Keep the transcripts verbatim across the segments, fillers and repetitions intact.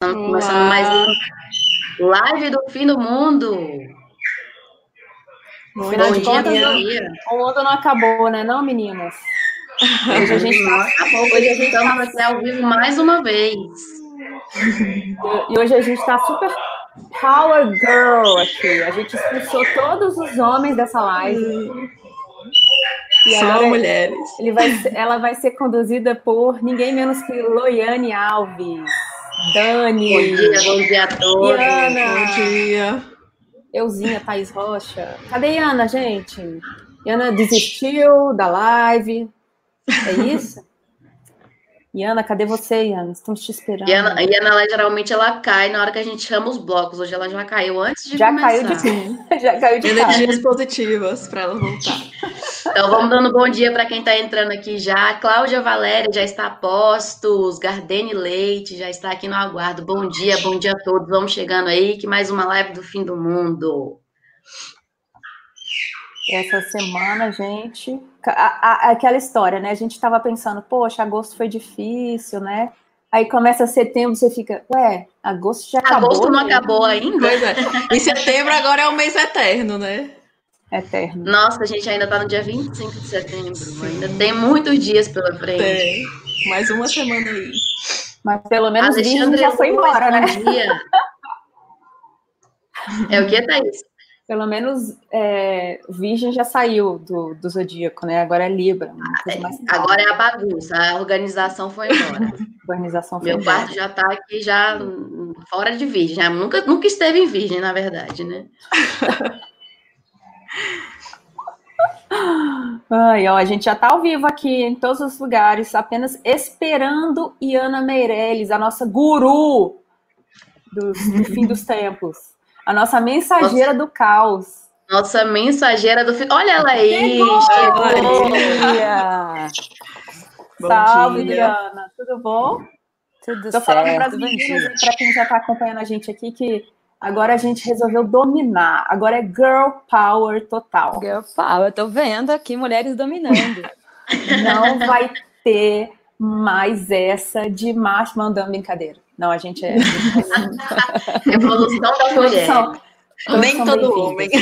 Começando, começando mais um live do fim do mundo. Afinal Bom de dia, contas, bom o, dia. o mundo não acabou, né, não, meninas? Hoje a gente Não tá, acabou, hoje a gente estamos tá, aqui ao vivo mais uma vez. e hoje a gente tá super power girl aqui. A gente expulsou todos os homens dessa live. E Só agora mulheres. Ele vai ser, ela vai ser conduzida por ninguém menos que Loiane Alves, Dani, Bom dia, bom dia a todos. Iana, Bom dia. Euzinha, Thaís Rocha. Cadê Iana, gente? Iana desistiu da live. É isso? Iana, cadê você, Iana? Estamos te esperando. E a Ana, e a Ana, ela, geralmente, ela cai na hora que a gente chama os blocos. Hoje ela já caiu antes de já começar. Caiu de, já caiu de Energias positivas para ela voltar. Então, vamos dando bom dia para quem está entrando aqui já. Cláudia Valéria já está a postos. Gardene Leite já está aqui no aguardo. Bom dia, bom dia a todos. Vamos chegando aí, que mais uma live do fim do mundo. Essa semana, gente... A, a, aquela história, né? A gente estava pensando, poxa, agosto foi difícil, né? Aí começa setembro, você fica, ué, agosto já acabou. Agosto não né? acabou ainda? Pois é. Em setembro agora é o mês eterno, né? Eterno. Nossa, a gente ainda tá no dia vinte e cinco de setembro. Sim. Ainda tem muitos dias pela frente. Tem. Mais uma semana aí. Mas pelo menos Alexandre Virgem já foi Luz, embora, né? Bom dia. É o que, Thaís? Pelo menos é, Virgem já saiu do, do Zodíaco, né? Agora é Libra. Uma coisa mais Agora é a bagunça, a organização foi embora. A organização foi Meu embora. quarto já tá aqui, já fora de Virgem. Já nunca, nunca esteve em Virgem, na verdade, né? Ai, ó, a gente já tá ao vivo aqui em todos os lugares, apenas esperando Iana Meirelles, a nossa guru do, do fim dos tempos. A nossa mensageira nossa, do caos. Nossa mensageira do fim. Olha ela aí! Chegou! Bom dia! Bom Salve, dia. Diana! Tudo bom? Tudo Tô certo. falando para as meninas e para quem já está acompanhando a gente aqui que agora a gente resolveu dominar. Agora é girl power total. Girl power. Eu tô vendo aqui mulheres dominando. Não vai ter mais essa de macho mandando brincadeira. Não, a gente é... Revolução da mulher. Nem todo homem.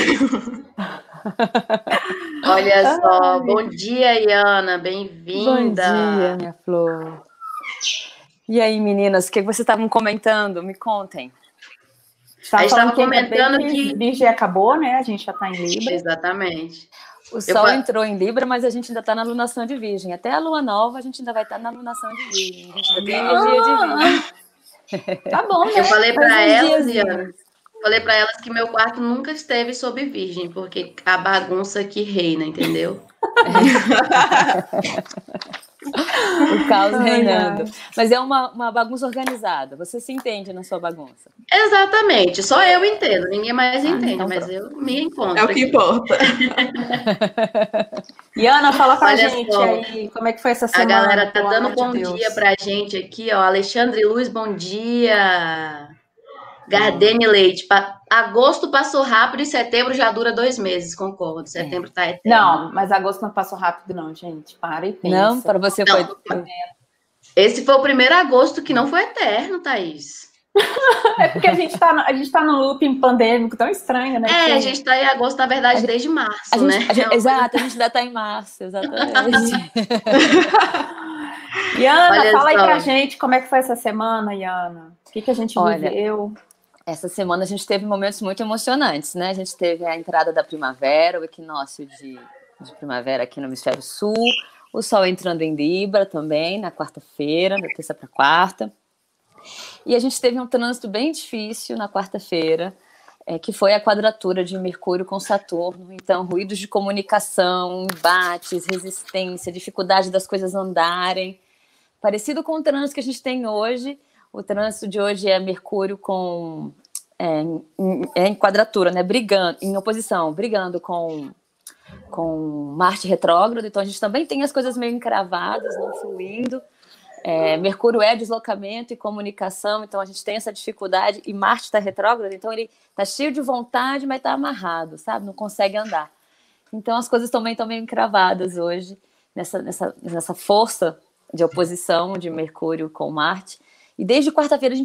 Olha só. Bom dia, Iana. Bem-vinda. Bom dia, minha flor. E aí, meninas, o que vocês estavam comentando? Me contem. Tá a gente estava comentando que, que Virgem acabou, né? A gente já está em Libra. Exatamente. O Sol Eu... entrou em Libra, mas a gente ainda está na alunação de Virgem. Até a Lua Nova, a gente ainda vai estar na alunação de Virgem. A gente ainda tem energia de Virgem. Tá bom, né? Eu falei para elas, Iana, falei para elas que meu quarto nunca esteve sob Virgem, porque a bagunça que reina, entendeu? O caos ai, reinando. Ai. Mas é uma, uma bagunça organizada. Você se entende na sua bagunça. Exatamente. Só eu entendo. Ninguém mais ah, entende, então mas pronto. eu me encontro. É o que aqui. importa. Iana, fala pra Olha gente só, aí como é que foi essa semana. A galera tá dando bom de dia pra gente aqui, ó. Alexandre Luz, bom dia. Gardene Leite. Pa... Agosto passou rápido e setembro já dura dois meses, concordo. Setembro é. tá eterno. Não, mas agosto não passou rápido, não, gente. Para e pensa. Não, para você não, foi. Esse foi o primeiro agosto que não foi eterno, Thaís. É porque a gente tá, a gente tá num looping pandêmico tão estranho, né? É, que... a gente tá em agosto, na verdade, desde março, a gente, né? A gente, exato, a gente ainda tá em março, exatamente. Iana, Olha fala só. aí pra gente como é que foi essa semana, Iana. O que, que a gente Olha, viveu? Essa semana a gente teve momentos muito emocionantes, né? A gente teve a entrada da primavera, o equinócio de, de primavera aqui no Hemisfério Sul, o Sol entrando em Libra também, na quarta-feira, da terça para quarta. E a gente teve um trânsito bem difícil na quarta-feira, é, que foi a quadratura de Mercúrio com Saturno. Então, ruídos de comunicação, embates, resistência, dificuldade das coisas andarem. Parecido com o trânsito que a gente tem hoje. O trânsito de hoje é Mercúrio com é, em, é em quadratura, né? Brigando, em oposição, brigando com, com Marte retrógrado. Então a gente também tem as coisas meio encravadas, não fluindo. É, Mercúrio é deslocamento e comunicação, então a gente tem essa dificuldade. E Marte está retrógrado, então ele está cheio de vontade, mas está amarrado, sabe? Não consegue andar. Então as coisas também estão meio encravadas hoje, nessa, nessa, nessa força de oposição de Mercúrio com Marte. E desde quarta-feira a gente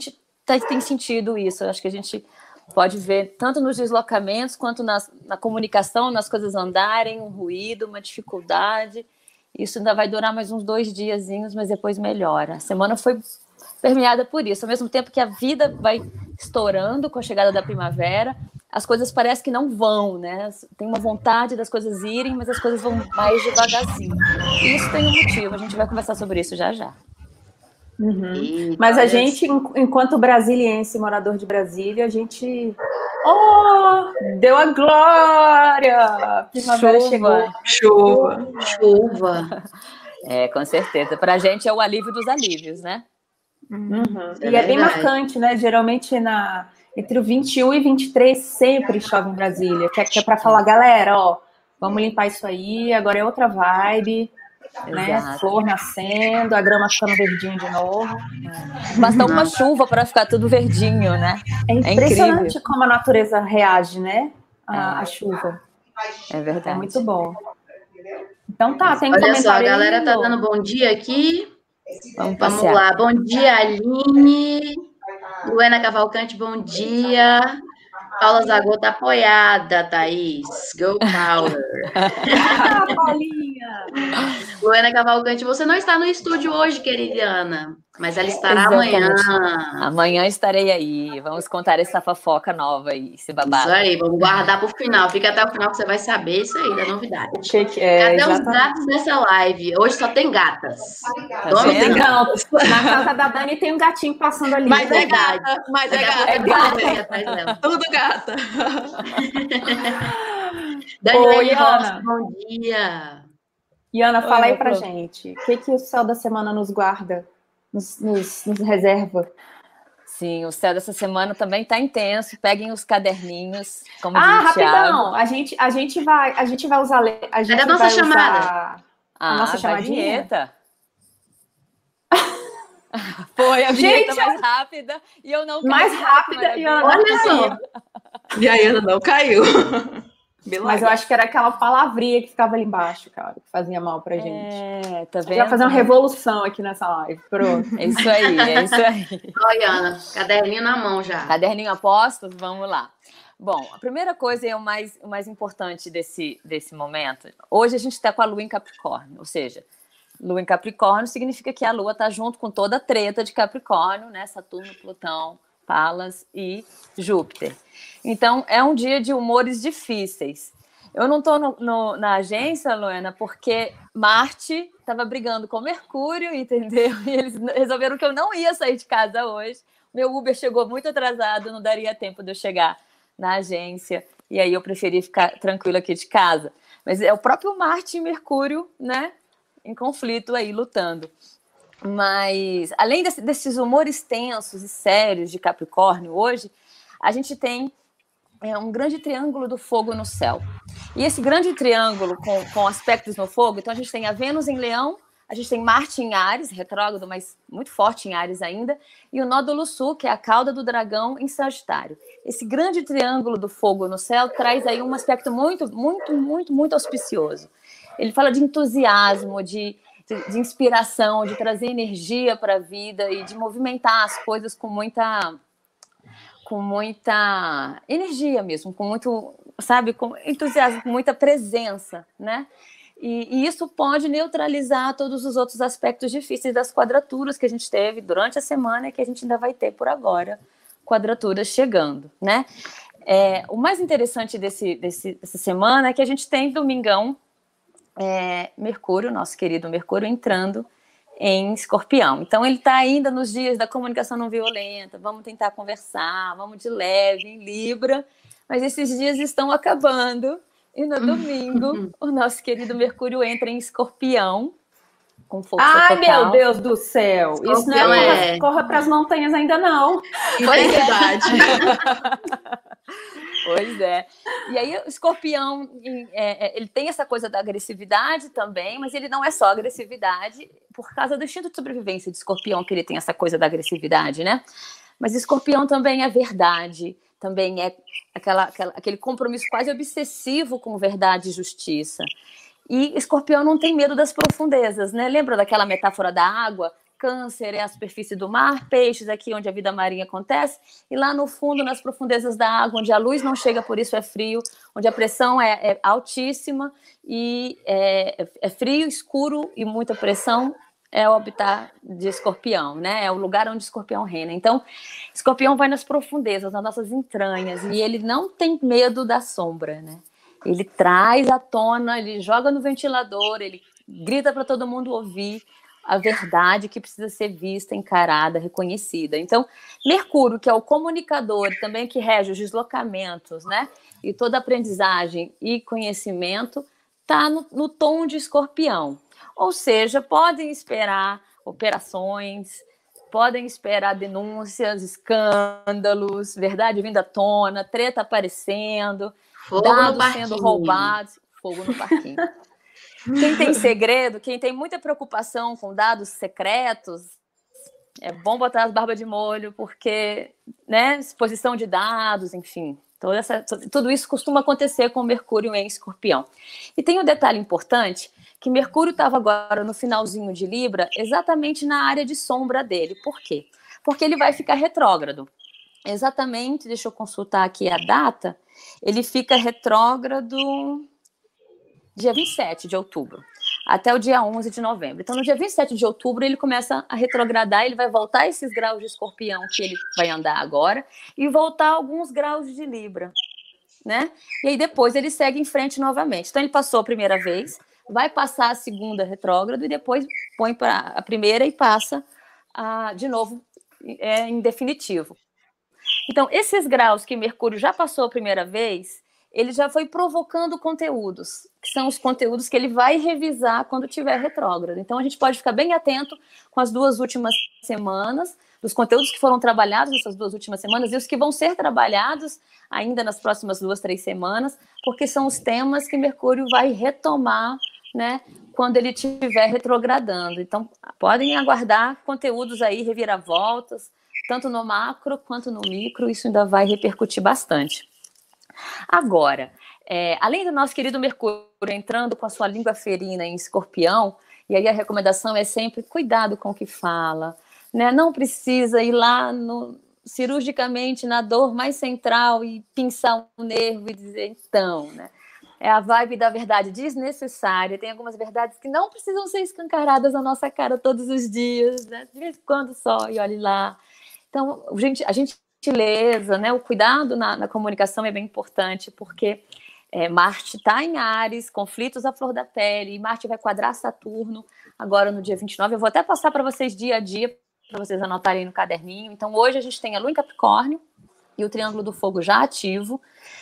tá, tem sentido isso. Eu acho que a gente pode ver tanto nos deslocamentos quanto nas, na comunicação, nas coisas andarem, um ruído, uma dificuldade. Isso ainda vai durar mais uns dois diazinhos, mas depois melhora. A semana foi permeada por isso. Ao mesmo tempo que a vida vai estourando com a chegada da primavera, as coisas parecem que não vão, né? Tem uma vontade das coisas irem, mas as coisas vão mais devagarzinho. E isso tem um motivo. A gente vai conversar sobre isso já já. Uhum. E, mas a gente, enquanto brasiliense, morador de Brasília, a gente... Oh, deu a glória! A primavera chuva, chegou. Chuva. Chuva. É, com certeza. Para a gente é o alívio dos alívios, né? Uhum. É e é bem marcante, né? Geralmente na, entre o vinte e um e vinte e três sempre chove em Brasília. Que é, que é para falar, galera, ó, vamos limpar isso aí, agora é outra vibe. Né? Flor nascendo, a grama ficando verdinho de novo. É. Basta uma chuva para ficar tudo verdinho, né? É impressionante é como a natureza reage, né? A, é. a chuva. É verdade. É muito bom. Então tá, tem Olha comentário. Só, a galera aí, tá dando bom dia aqui. Vamos, Vamos lá. Bom dia, Aline. Luena Cavalcante, bom dia. Paula Zagota apoiada, Thaís. Go Power. Ah, Paulinha. Luena Cavalcante, você não está no estúdio hoje, querida Ana, mas ela estará Exatamente. amanhã. Amanhã estarei aí. Vamos contar essa fofoca nova aí, esse babado. Isso aí, vamos guardar para o final. Fica até o final que você vai saber isso aí da novidade. Que que é, Cadê exatamente. os gatos dessa live? Hoje só tem gatas. Tá Só tem gatos. Na casa da Dani tem um gatinho passando ali. Mas é gata. Mas é gata. É gata. Tudo gata. Daniela Rocha, bom dia. Iana, fala Oi, aí pra pronto. gente. O que, que o céu da semana nos guarda, nos, nos, nos reserva? Sim, o céu dessa semana também tá intenso. Peguem os caderninhos, como ah, diz o Thiago. rapidão. A gente, a gente vai, a gente vai usar a gente Cadê a nossa vai chamada? Usar a ah, nossa chamadinha. Foi a gente, vinheta mais rápida e eu não mais rápida e Ana Olha só. E a Ana não caiu. Mas eu acho que era aquela palavrinha que ficava ali embaixo, cara, que fazia mal pra gente. É, tá vendo? Já fazer uma revolução aqui nessa live. Pronto. É isso aí, é isso aí. Olha, Ana, caderninho na mão já. Caderninho aposto, vamos lá. Bom, a primeira coisa e o mais, o mais importante desse, desse momento, hoje a gente está com a Lua em Capricórnio, ou seja, Lua em Capricórnio significa que a Lua está junto com toda a treta de Capricórnio, né? Saturno, Plutão, Palas e Júpiter. Então, é um dia de humores difíceis. Eu não estou na agência, Luana, porque Marte estava brigando com Mercúrio, entendeu? E eles resolveram que eu não ia sair de casa hoje. Meu Uber chegou muito atrasado, não daria tempo de eu chegar na agência. E aí eu preferi ficar tranquila aqui de casa. Mas é o próprio Marte e Mercúrio, né? Em conflito aí, lutando. Mas, além desse, desses humores tensos e sérios de Capricórnio hoje, a gente tem é, um grande triângulo do fogo no céu. E esse grande triângulo com, com aspectos no fogo, então a gente tem a Vênus em Leão, a gente tem Marte em Áries, retrógrado, mas muito forte em Áries ainda, e o nódulo sul, que é a cauda do dragão, em Sagitário. Esse grande triângulo do fogo no céu traz aí um aspecto muito, muito, muito, muito auspicioso. Ele fala de entusiasmo, de De, de inspiração, de trazer energia para a vida e de movimentar as coisas com muita, com muita energia mesmo, com muito, sabe, com entusiasmo, com muita presença, né? E, e isso pode neutralizar todos os outros aspectos difíceis das quadraturas que a gente teve durante a semana e que a gente ainda vai ter por agora, quadraturas chegando, né? É, o mais interessante desse, desse, dessa semana é que a gente tem domingão, É, Mercúrio, nosso querido Mercúrio, entrando em Escorpião. Então, ele está ainda nos dias da comunicação não violenta, vamos tentar conversar, vamos de leve, em Libra, mas esses dias estão acabando, e no domingo, o nosso querido Mercúrio entra em Escorpião, com força Ai, total. meu Deus do céu! Escorpião isso não é, é... corra para as montanhas ainda não. Pois é. Pois é. E aí o Escorpião, é, ele tem essa coisa da agressividade também, mas ele não é só agressividade, por causa do instinto de sobrevivência de Escorpião, que ele tem essa coisa da agressividade, né? Mas Escorpião também é verdade, também é aquela, aquela, aquele compromisso quase obsessivo com verdade e justiça. E Escorpião não tem medo das profundezas, né? Lembra daquela metáfora da água? Câncer é a superfície do mar, Peixes aqui onde a vida marinha acontece, e lá no fundo, nas profundezas da água, onde a luz não chega, por isso é frio, onde a pressão é, é altíssima e é, é frio, escuro e muita pressão, é o habitat de Escorpião, né? É o lugar onde Escorpião reina. Então, Escorpião vai nas profundezas, nas nossas entranhas, e ele não tem medo da sombra, né? Ele traz à tona, ele joga no ventilador, ele grita para todo mundo ouvir a verdade que precisa ser vista, encarada, reconhecida. Então, Mercúrio, que é o comunicador, também que rege os deslocamentos, né? E toda aprendizagem e conhecimento, está no, no tom de Escorpião. Ou seja, podem esperar operações, podem esperar denúncias, escândalos, verdade vindo à tona, treta aparecendo, fogo dados sendo roubados, fogo no parquinho. Quem tem segredo, quem tem muita preocupação com dados secretos, é bom botar as barbas de molho, porque, né, exposição de dados, enfim, toda essa, tudo isso costuma acontecer com Mercúrio em Escorpião. E tem um detalhe importante, que Mercúrio estava agora no finalzinho de Libra, exatamente na área de sombra dele. Por quê? Porque ele vai ficar retrógrado. Exatamente, deixa eu consultar aqui a data, ele fica retrógrado dia vinte e sete de outubro, até o dia onze de novembro. Então, no dia vinte e sete de outubro, ele começa a retrogradar, ele vai voltar a esses graus de Escorpião que ele vai andar agora, e voltar a alguns graus de Libra, né? E aí depois ele segue em frente novamente. Então, ele passou a primeira vez, vai passar a segunda retrógrado, e depois põe para a primeira e passa a, de novo é, em definitivo. Então, esses graus que Mercúrio já passou a primeira vez, ele já foi provocando conteúdos, que são os conteúdos que ele vai revisar quando tiver retrógrado. Então, a gente pode ficar bem atento com as duas últimas semanas, dos conteúdos que foram trabalhados nessas duas últimas semanas e os que vão ser trabalhados ainda nas próximas duas, três semanas, porque são os temas que Mercúrio vai retomar, né, quando ele estiver retrogradando. Então, podem aguardar conteúdos aí, reviravoltas, tanto no macro quanto no micro, isso ainda vai repercutir bastante. Agora, é, além do nosso querido Mercúrio entrando com a sua língua ferina em Escorpião, e aí a recomendação é sempre cuidado com o que fala, né? Não precisa ir lá no, cirurgicamente na dor mais central e pinçar um nervo e dizer então, né? É a vibe da verdade desnecessária. Tem algumas verdades que não precisam ser escancaradas na nossa cara todos os dias, né? De vez em quando só, e olhe lá. Então, gente, a gentileza, né? O cuidado na, na comunicação é bem importante, porque é, Marte está em Áries, conflitos à flor da pele, e Marte vai quadrar Saturno agora no dia vinte e nove. Eu vou até passar para vocês dia a dia, para vocês anotarem no caderninho. Então, hoje a gente tem a Lua em Capricórnio e o Triângulo do Fogo já ativo.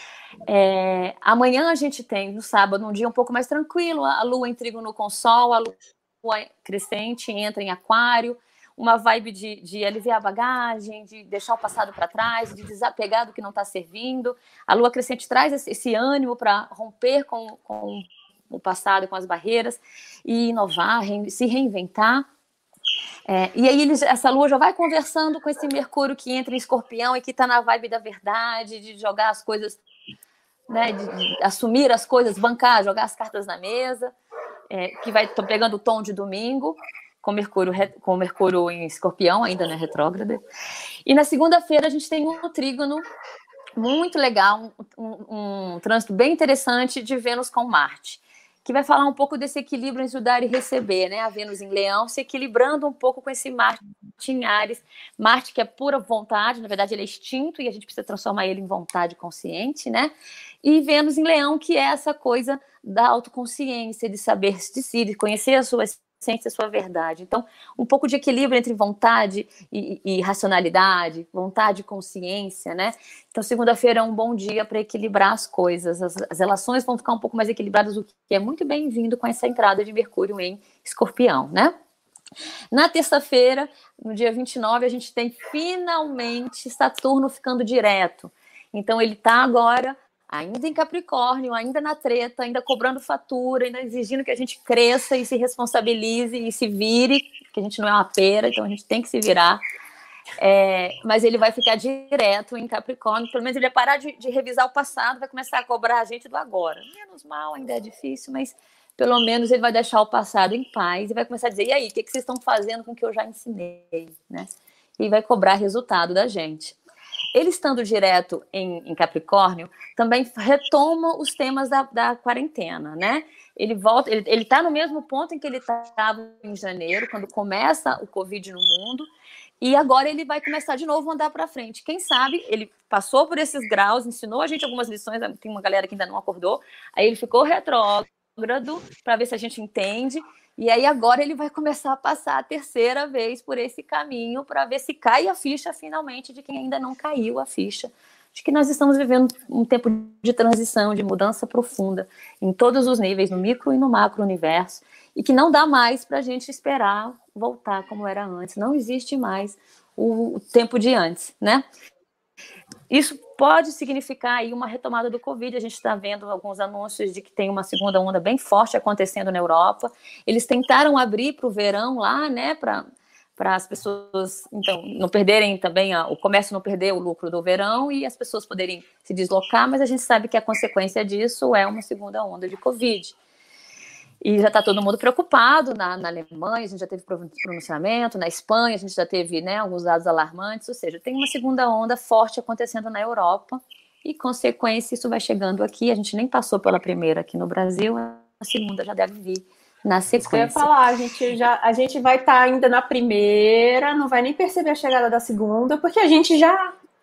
É, amanhã a gente tem, no sábado, um dia um pouco mais tranquilo, a Lua em trígono com Sol, a Lua crescente entra em Aquário, uma vibe de, de aliviar a bagagem, de deixar o passado para trás, de desapegar do que não está servindo. A Lua crescente traz esse, esse ânimo para romper com, com o passado, com as barreiras, e inovar, re, se reinventar. É, e aí eles, essa Lua já vai conversando com esse Mercúrio que entra em Escorpião e que está na vibe da verdade, de jogar as coisas, né, de, de assumir as coisas, bancar, jogar as cartas na mesa, é, que vai tô pegando o tom de domingo, com Mercúrio, com Mercúrio em Escorpião, ainda não é retrógrado. E na segunda-feira a gente tem um trígono muito legal, um, um, um trânsito bem interessante de Vênus com Marte, que vai falar um pouco desse equilíbrio entre o dar e receber, né? A Vênus em Leão se equilibrando um pouco com esse Marte em Áries. Marte que é pura vontade, na verdade ele é instinto e a gente precisa transformar ele em vontade consciente, né? E Vênus em Leão, que é essa coisa da autoconsciência, de saber de si, de conhecer a sua essência, a sua verdade. Então, um pouco de equilíbrio entre vontade e, e racionalidade, vontade e consciência, né? Então, segunda-feira é um bom dia para equilibrar as coisas. As, as relações vão ficar um pouco mais equilibradas, o que é muito bem-vindo com essa entrada de Mercúrio em Escorpião, né? Na terça-feira, no dia vinte e nove, a gente tem finalmente Saturno ficando direto. Então, ele está agora ainda em Capricórnio, ainda na treta, ainda cobrando fatura, ainda exigindo que a gente cresça e se responsabilize e se vire, que a gente não é uma pera, então a gente tem que se virar. É, mas ele vai ficar direto em Capricórnio, pelo menos ele vai parar de, de revisar o passado, vai começar a cobrar a gente do agora. Menos mal, ainda é difícil, mas pelo menos ele vai deixar o passado em paz e vai começar a dizer, e aí, o que, que vocês estão fazendo com o que eu já ensinei, né? E vai cobrar resultado da gente. Ele estando direto em, em Capricórnio, também retoma os temas da, da quarentena, né? Ele volta, ele, ele tá no mesmo ponto em que ele estava em janeiro, quando começa o Covid no mundo, e agora ele vai começar de novo a andar para frente. Quem sabe, ele passou por esses graus, ensinou a gente algumas lições, tem uma galera que ainda não acordou, aí ele ficou retrógrado para ver se a gente entende, e aí agora ele vai começar a passar a terceira vez por esse caminho para ver se cai a ficha finalmente de quem ainda não caiu a ficha, de que nós estamos vivendo um tempo de transição, de mudança profunda em todos os níveis, no micro e no macro universo, e que não dá mais para a gente esperar voltar como era antes. Não existe mais o, o tempo de antes, né? Isso pode significar aí uma retomada do Covid. A gente está vendo alguns anúncios de que tem uma segunda onda bem forte acontecendo na Europa. Eles tentaram abrir para o verão lá, né, para para as pessoas, então, não perderem também, a, o comércio não perder o lucro do verão e as pessoas poderem se deslocar, mas a gente sabe que a consequência disso é uma segunda onda de Covid. E já está todo mundo preocupado na, na Alemanha, a gente já teve pronunciamento, na Espanha a gente já teve, né, alguns dados alarmantes, ou seja, tem uma segunda onda forte acontecendo na Europa e, consequência, isso vai chegando aqui. A gente nem passou pela primeira aqui no Brasil, a segunda já deve vir na sequência. Eu ia falar, a gente, já, a gente vai estar tá ainda na primeira, não vai nem perceber a chegada da segunda, porque a gente já...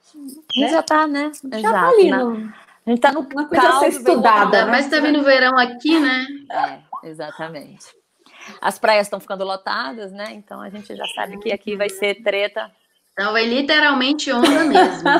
Né? Já está, né? Já Exato, tá ali, na, no, a gente está no uma coisa a ser estudada, né? Mas está vindo verão aqui, né? É, exatamente. As praias estão ficando lotadas, né? Então a gente já sabe que aqui vai ser treta. Então vai literalmente onda mesmo.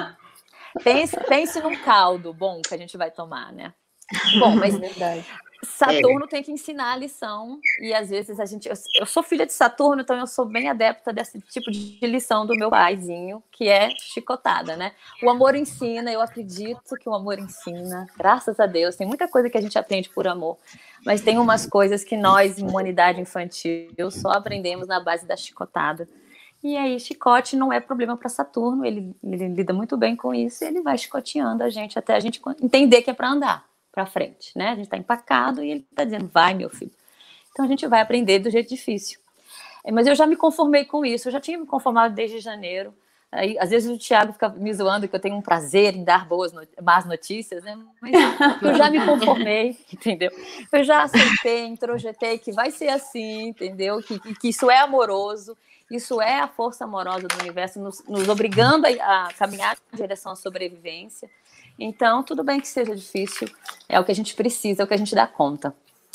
pense, pense num caldo bom que a gente vai tomar, né? Bom, mas é verdade. Saturno é. tem que ensinar a lição, e às vezes a gente... Eu, eu sou filha de Saturno, então eu sou bem adepta desse tipo de lição do meu paizinho, que é chicotada, né? O amor ensina, eu acredito que o amor ensina, graças a Deus. Tem muita coisa que a gente aprende por amor, mas tem umas coisas que nós, humanidade infantil, só aprendemos na base da chicotada. E aí, chicote não é problema para Saturno, ele, ele lida muito bem com isso, e ele vai chicoteando a gente até a gente entender que é para andar para frente, né? A gente está empacado e ele está dizendo, vai, meu filho. Então a gente vai aprender do jeito difícil. É, mas eu já me conformei com isso, eu já tinha me conformado desde janeiro. Aí, às vezes o Thiago fica me zoando que eu tenho um prazer em dar boas not- más notícias, né? Mas eu já me conformei, entendeu? Eu já aceitei, introjetei que vai ser assim, entendeu? Que, que, que isso é amoroso, isso é a força amorosa do universo nos, nos obrigando a, a caminhar em direção à sobrevivência. Então, tudo bem que seja difícil, é o que a gente precisa, é o que a gente dá conta.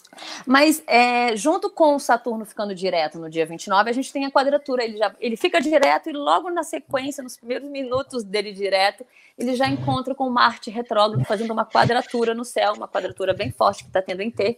Mas, é, junto com o Saturno ficando direto no dia vinte e nove, a gente tem a quadratura, ele, já, ele fica direto e logo na sequência, nos primeiros minutos dele direto, ele já encontra com Marte retrógrado, fazendo uma quadratura no céu, uma quadratura bem forte que está tendo em T.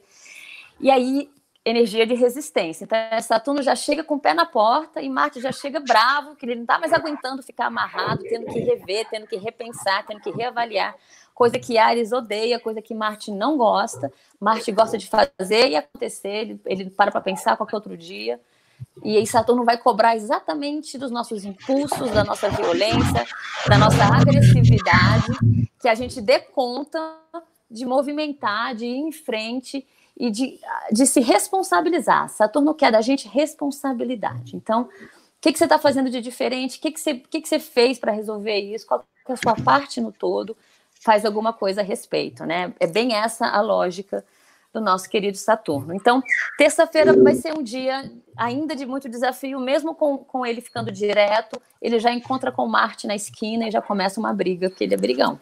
E aí, energia de resistência. Então, Saturno já chega com o pé na porta e Marte já chega bravo, que ele não está mais aguentando ficar amarrado, tendo que rever, tendo que repensar, tendo que reavaliar, coisa que Áries odeia, coisa que Marte não gosta. Marte gosta de fazer e acontecer, ele, ele para para pensar qualquer outro dia. E aí Saturno vai cobrar exatamente dos nossos impulsos, da nossa violência, da nossa agressividade, que a gente dê conta de movimentar, de ir em frente e de, de se responsabilizar. Saturno quer da gente responsabilidade. Então, o que, que você está fazendo de diferente? O que, que, você, que, que você fez para resolver isso? Qual é a sua parte no todo? Faz alguma coisa a respeito, né? É bem essa a lógica do nosso querido Saturno. Então, terça-feira vai ser um dia ainda de muito desafio, mesmo com, com ele ficando direto, ele já encontra com Marte na esquina e já começa uma briga, porque ele é brigão.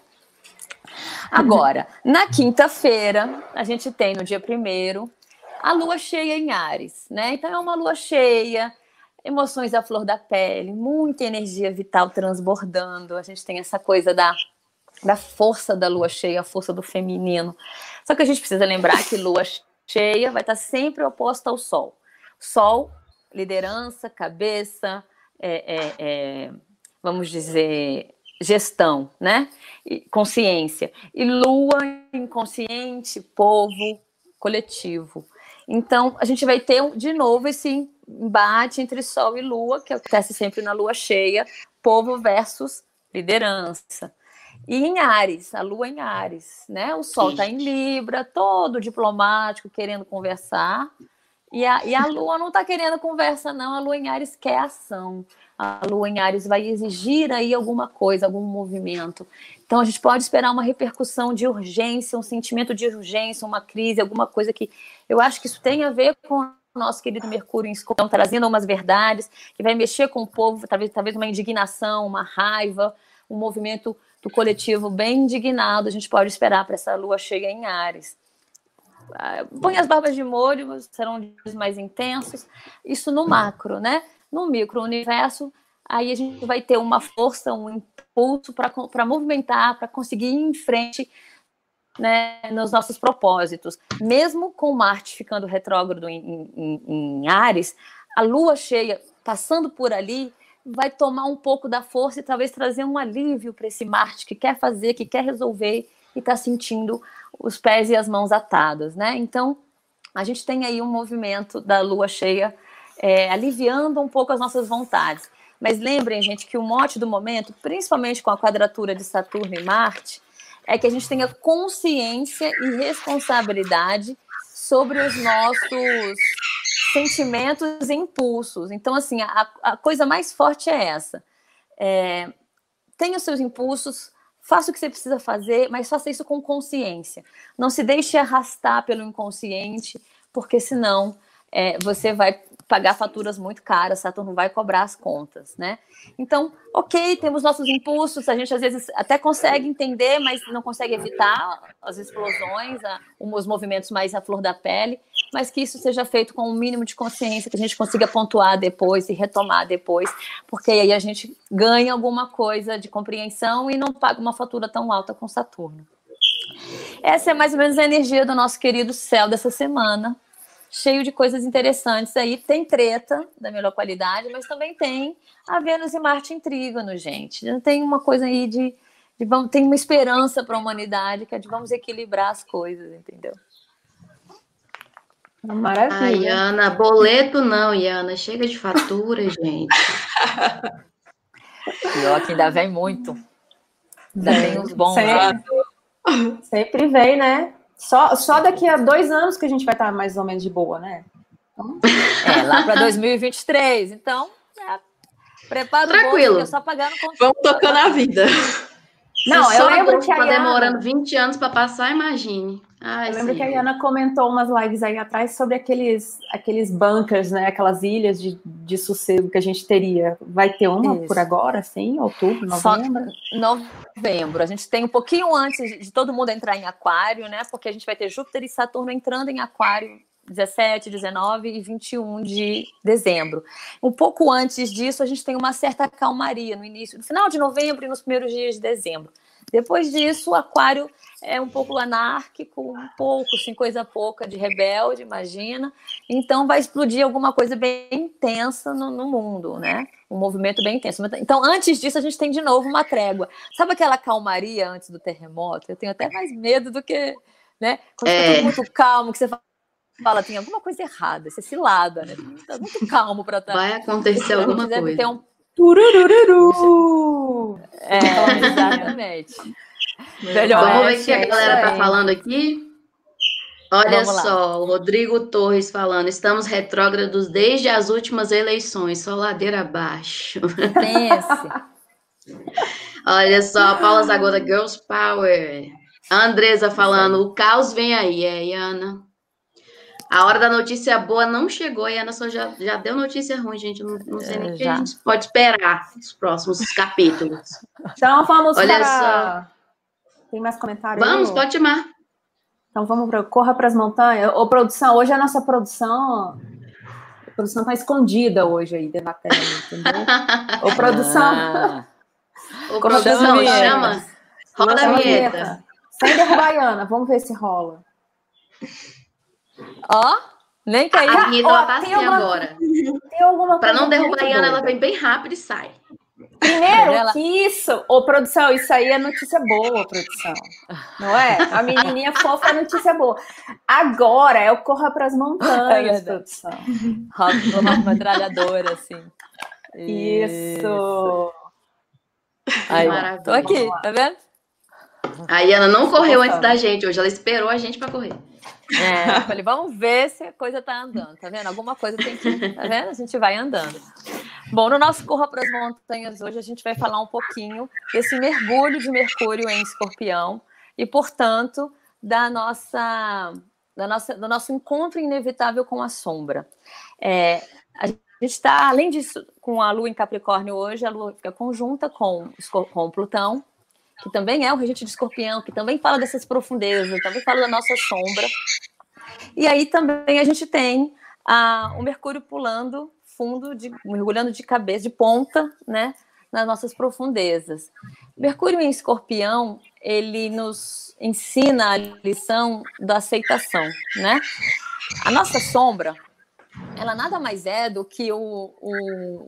Agora, na quinta-feira, a gente tem no dia primeiro a lua cheia em Áries, né? Então é uma lua cheia, emoções à flor da pele, muita energia vital transbordando. A gente tem essa coisa da, da força da lua cheia, a força do feminino. Só que a gente precisa lembrar que lua cheia vai estar sempre oposta ao sol. Sol, liderança, cabeça, é, é, é, vamos dizer, gestão, né? E consciência. E lua, inconsciente, povo, coletivo. Então, a gente vai ter, de novo, esse embate entre sol e lua, que acontece sempre na lua cheia, povo versus liderança. E em Áries, a Lua em Áries, né? O Sol está em Libra, todo diplomático, querendo conversar. E a, e a Lua não está querendo conversa, não. A Lua em Áries quer ação. A Lua em Áries vai exigir aí alguma coisa, algum movimento. Então, a gente pode esperar uma repercussão de urgência, um sentimento de urgência, uma crise, alguma coisa que... Eu acho que isso tem a ver com o nosso querido Mercúrio em Escorpião, trazendo umas verdades, que vai mexer com o povo, talvez, talvez uma indignação, uma raiva, um movimento do coletivo bem indignado. A gente pode esperar para essa Lua cheia em Áries. Põe as barbas de molho, serão dias mais intensos. Isso no macro, né? No micro-universo, aí a gente vai ter uma força, um impulso para movimentar, para conseguir ir em frente, né, nos nossos propósitos. Mesmo com Marte ficando retrógrado em, em, em Áries, a Lua cheia passando por ali vai tomar um pouco da força e talvez trazer um alívio para esse Marte que quer fazer, que quer resolver e está sentindo os pés e as mãos atados, né? Então, a gente tem aí um movimento da Lua cheia é, aliviando um pouco as nossas vontades. Mas lembrem, gente, que o mote do momento, principalmente com a quadratura de Saturno e Marte, é que a gente tenha consciência e responsabilidade sobre os nossos sentimentos e impulsos. Então, assim, a, a coisa mais forte é essa. É, tenha os seus impulsos, faça o que você precisa fazer, mas faça isso com consciência. Não se deixe arrastar pelo inconsciente, porque senão é, você vai pagar faturas muito caras, Saturno vai cobrar as contas, né? Então, ok, temos nossos impulsos, a gente às vezes até consegue entender, mas não consegue evitar as explosões, a, os movimentos mais à flor da pele, mas que isso seja feito com um mínimo de consciência, que a gente consiga pontuar depois e retomar depois, porque aí a gente ganha alguma coisa de compreensão e não paga uma fatura tão alta com Saturno. Essa é mais ou menos a energia do nosso querido céu dessa semana, cheio de coisas interessantes aí. Tem treta da melhor qualidade, mas também tem a Vênus e Marte em trígono, gente. Tem uma coisa aí de, de vamos, tem uma esperança para a humanidade, que é de vamos equilibrar as coisas, entendeu? Maravilha. Ai, Ana, boleto não, Iana. Chega de fatura, gente. Pior que ainda vem muito. Ainda é. Tem uns bons. Sempre, sempre vem, né? Só, só daqui a dois anos que a gente vai estar mais ou menos de boa, né? Então... É, lá para dois mil e vinte e três. Então, é, prepara o Tranquilo. Bolso, que é só pagar no conto. Vamos tocando a vida. Não, Se eu só lembro que a tá Iana... demorando vinte anos para passar, imagine. Ai, eu lembro sim. que a Iana comentou umas lives aí atrás sobre aqueles, aqueles bunkers, né? Aquelas ilhas de, de sossego que a gente teria. Vai ter uma Isso. por agora, sim? Outubro, novembro? Só novembro. A gente tem um pouquinho antes de todo mundo entrar em Aquário, né? Porque a gente vai ter Júpiter e Saturno entrando em Aquário dezessete, dezenove e vinte e um de dezembro. Um pouco antes disso, a gente tem uma certa calmaria no início, no final de novembro e nos primeiros dias de dezembro. Depois disso, o Aquário é um pouco anárquico, um pouco, sem coisa pouca, de rebelde, imagina. Então, vai explodir alguma coisa bem intensa no, no mundo, né? Um movimento bem intenso. Então, antes disso, a gente tem de novo uma trégua. Sabe aquela calmaria antes do terremoto? Eu tenho até mais medo do que, né? Quando é. Fica tudo muito calmo, que você fala, fala, tem alguma coisa errada, você cilada, né? Tá muito calmo para estar. Vai acontecer alguma deve coisa. Ter um... Turururu! É, exatamente. Melhor. Vamos ver o que a galera tá falando aqui. Olha só, o Rodrigo Torres falando, estamos retrógrados desde as últimas eleições, só ladeira abaixo. Pense. Olha só, a Paula Zagora, Girls Power. A Andresa falando, o caos vem aí, é, Iana. A hora da notícia boa não chegou, e a Ana só já, já deu notícia ruim, gente. Não, não sei nem o que a gente pode esperar nos próximos capítulos. Então vamos Olha para... só. Tem mais comentários? Vamos, aí, pode chamar. Então vamos para Corra para as Montanhas. Ô, produção, hoje a nossa produção... A produção está escondida hoje aí dentro da tela, entendeu? Ô, produção... Ah. Ô, produção, chama. Roda a vinheta. Sem derrubar a Iana, vamos ver se rola. Ó, nem caiu. A vinheta ela tá assim alguma, agora. Para não derrubar a Iana, ela vem bem rápido e sai. Primeiro, ela... que isso, ô produção, isso aí é notícia boa, produção. Não é? A menininha fofa é notícia boa. Agora é o Corra para as Montanhas, é produção. Uma metralhadora, assim. Isso. Aí, tô aqui, tá vendo? A Iana não correu antes da gente hoje, ela esperou a gente para correr. É, eu falei, vamos ver se a coisa tá andando, tá vendo? Alguma coisa tem que, tá vendo? A gente vai andando. Bom, no nosso Corra para as Montanhas hoje a gente vai falar um pouquinho desse mergulho de Mercúrio em Escorpião e, portanto, da nossa, da nossa, do nosso encontro inevitável com a sombra. É, a gente está, além disso, com a Lua em Capricórnio hoje, a Lua fica conjunta com, com Plutão, que também é o regente de Escorpião, que também fala dessas profundezas, também fala da nossa sombra. E aí também a gente tem a, o Mercúrio pulando fundo, de, mergulhando de cabeça, de ponta, né, nas nossas profundezas. Mercúrio em Escorpião, ele nos ensina a lição da aceitação, né? A nossa sombra, ela nada mais é do que o, o,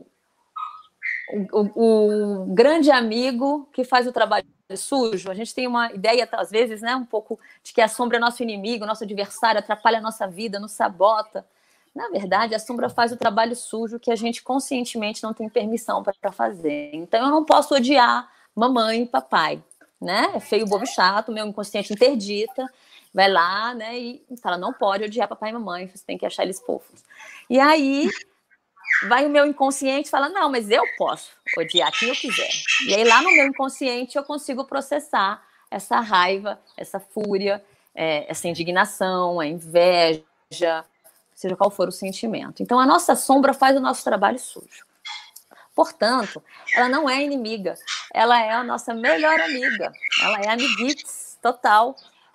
o, o grande amigo que faz o trabalho sujo. A gente tem uma ideia, às vezes, né, um pouco de que a sombra é nosso inimigo, nosso adversário, atrapalha a nossa vida, nos sabota. Na verdade, a sombra faz o trabalho sujo que a gente conscientemente não tem permissão para fazer. Então, eu não posso odiar mamãe e papai, né? É feio, bobo e chato, meu inconsciente interdita, vai lá, né, e fala, não pode odiar papai e mamãe, você tem que achar eles fofos. E aí, vai o meu inconsciente e fala, não, mas eu posso odiar quem eu quiser. E aí, lá no meu inconsciente, eu consigo processar essa raiva, essa fúria, é, essa indignação, a inveja, seja qual for o sentimento. Então, a nossa sombra faz o nosso trabalho sujo. Portanto, ela não é inimiga, ela é a nossa melhor amiga, ela é amiguites total,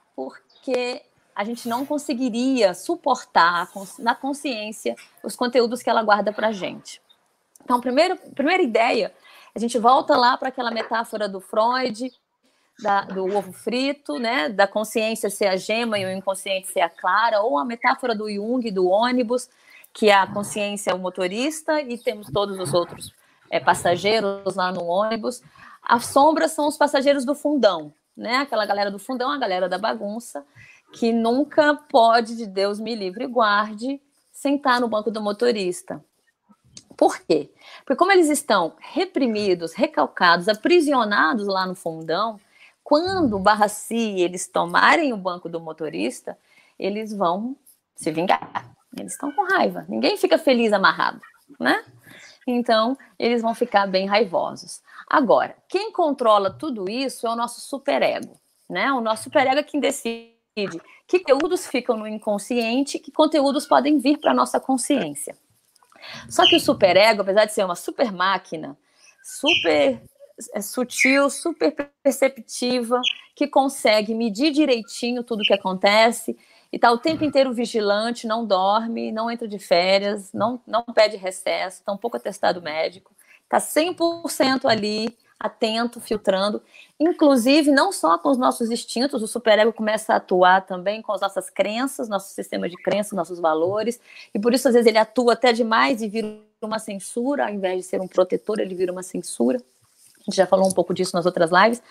porque a gente não conseguiria suportar na consciência os conteúdos que ela guarda para a gente. Então, primeiro, primeira ideia, a gente volta lá para aquela metáfora do Freud, Da, do ovo frito, né, da consciência ser a gema e o inconsciente ser a clara, ou a metáfora do Jung, do ônibus, que a consciência é o motorista e temos todos os outros é, passageiros lá no ônibus. As sombras são os passageiros do fundão, né, aquela galera do fundão, a galera da bagunça, que nunca pode, de Deus me livre e guarde, sentar no banco do motorista. Por quê? Porque como eles estão reprimidos, recalcados, aprisionados lá no fundão, quando, barra se, eles tomarem o banco do motorista, eles vão se vingar. Eles estão com raiva. Ninguém fica feliz amarrado, né? Então, eles vão ficar bem raivosos. Agora, quem controla tudo isso é o nosso superego, né? O nosso superego é quem decide que conteúdos ficam no inconsciente, que conteúdos podem vir para a nossa consciência. Só que o superego, apesar de ser uma super máquina, super é sutil, super perceptiva, que consegue medir direitinho tudo o que acontece e está o tempo inteiro vigilante, não dorme, não entra de férias, não, não pede recesso, está um pouco atestado médico, está cem por cento ali, atento, filtrando, inclusive não só com os nossos instintos, o superego começa a atuar também com as nossas crenças, nosso sistema de crenças, nossos valores, e por isso às vezes ele atua até demais e vira uma censura, ao invés de ser um protetor, ele vira uma censura. A gente já falou um pouco disso nas outras lives,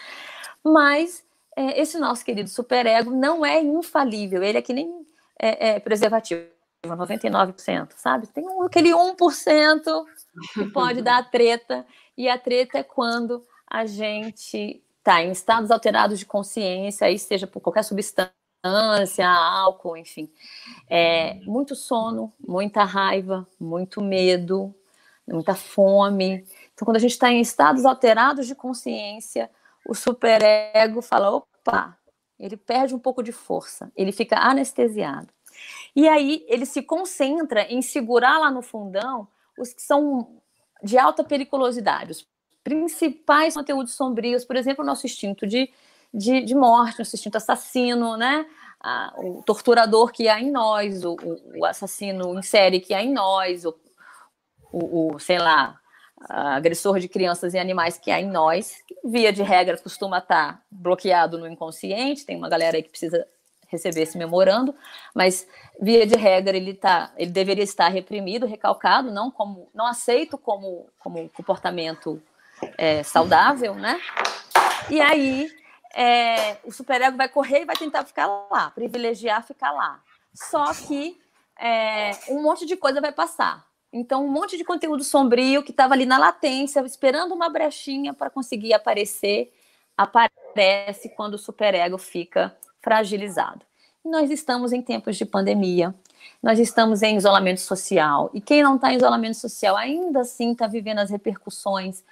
mas é, esse nosso querido superego não é infalível, ele é que nem é, é, preservativo, noventa e nove por cento, sabe? Tem um, aquele um por cento que pode dar a treta, e a treta é quando a gente está em estados alterados de consciência, aí seja por qualquer substância, álcool, enfim. É, muito sono, muita raiva, muito medo, muita fome. Então, quando a gente está em estados alterados de consciência, o superego fala, opa, ele perde um pouco de força, ele fica anestesiado. E aí ele se concentra em segurar lá no fundão os que são de alta periculosidade, os principais conteúdos sombrios, por exemplo, o nosso instinto de, de, de morte, nosso instinto assassino, né? Ah, o torturador que há em nós, o, o assassino em série que há em nós, o, o, o sei lá, agressor de crianças e animais que há em nós, que, via de regra, costuma estar bloqueado no inconsciente, tem uma galera aí que precisa receber esse memorando, mas via de regra ele, tá, ele deveria estar reprimido, recalcado, não, como, não aceito como, como comportamento é, saudável, né? E aí é, o superego vai correr e vai tentar ficar lá, privilegiar ficar lá. Só que é, um monte de coisa vai passar. Então, um monte de conteúdo sombrio que estava ali na latência, esperando uma brechinha para conseguir aparecer, aparece quando o superego fica fragilizado. E nós estamos em tempos de pandemia, nós estamos em isolamento social, e quem não está em isolamento social ainda assim está vivendo as repercussões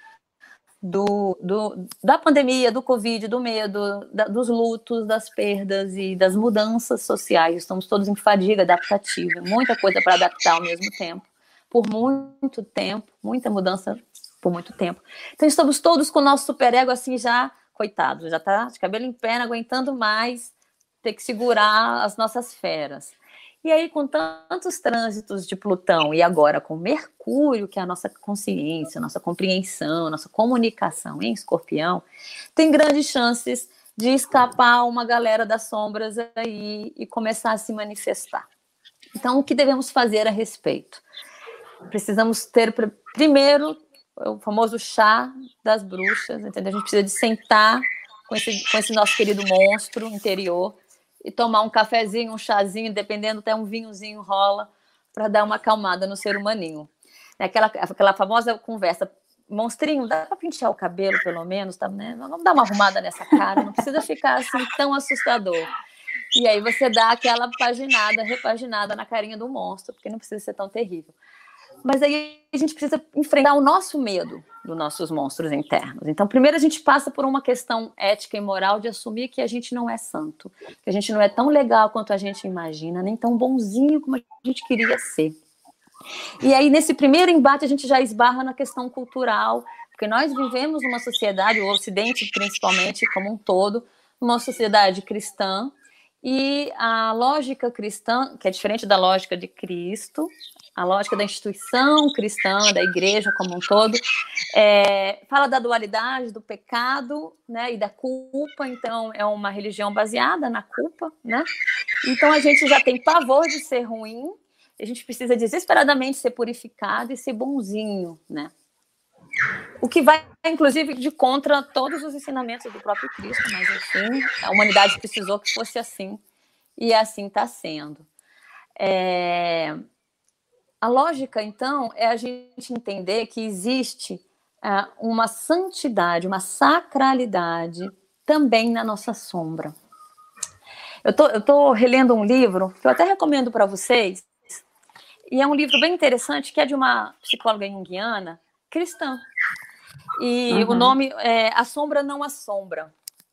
do, do, da pandemia, do Covid, do medo, da, dos lutos, das perdas e das mudanças sociais. Estamos todos em fadiga adaptativa, muita coisa para adaptar ao mesmo tempo, por muito tempo, muita mudança por muito tempo. Então estamos todos com o nosso superego assim já, coitado, já está de cabelo em pé, não aguentando mais ter que segurar as nossas feras. E aí, com tantos trânsitos de Plutão e agora com Mercúrio, que é a nossa consciência, nossa compreensão, nossa comunicação em Escorpião, tem grandes chances de escapar uma galera das sombras aí e começar a se manifestar. Então, o que devemos fazer a respeito? Precisamos ter, primeiro, o famoso chá das bruxas, entendeu? A gente precisa de sentar com esse, com esse nosso querido monstro interior e tomar um cafezinho, um chazinho, dependendo, até um vinhozinho rola, para dar uma acalmada no ser humaninho. É aquela, aquela famosa conversa, monstrinho, dá para pentear o cabelo, pelo menos, tá, né? Vamos dar uma arrumada nessa cara, não precisa ficar assim tão assustador. E aí você dá aquela paginada, repaginada na carinha do monstro, porque não precisa ser tão terrível. Mas aí a gente precisa enfrentar o nosso medo dos nossos monstros internos. Então, primeiro a gente passa por uma questão ética e moral de assumir que a gente não é santo, que a gente não é tão legal quanto a gente imagina, nem tão bonzinho como a gente queria ser. E aí, nesse primeiro embate, a gente já esbarra na questão cultural, porque nós vivemos numa sociedade, o Ocidente principalmente, como um todo, uma sociedade cristã, e a lógica cristã, que é diferente da lógica de Cristo, a lógica da instituição cristã, da igreja como um todo, é, fala da dualidade, do pecado, né, e da culpa. Então é uma religião baseada na culpa, né? Então a gente já tem pavor de ser ruim, a gente precisa desesperadamente ser purificado e ser bonzinho, né? O que vai, inclusive, de contra todos os ensinamentos do próprio Cristo, mas enfim, a humanidade precisou que fosse assim, e assim está sendo. É... A lógica, então, é a gente entender que existe uh, uma santidade, uma sacralidade também na nossa sombra. Eu tô, eu tô relendo um livro que eu até recomendo para vocês, e é um livro bem interessante, que é de uma psicóloga junguiana cristã. E uhum. O nome é A Sombra Não Assombra.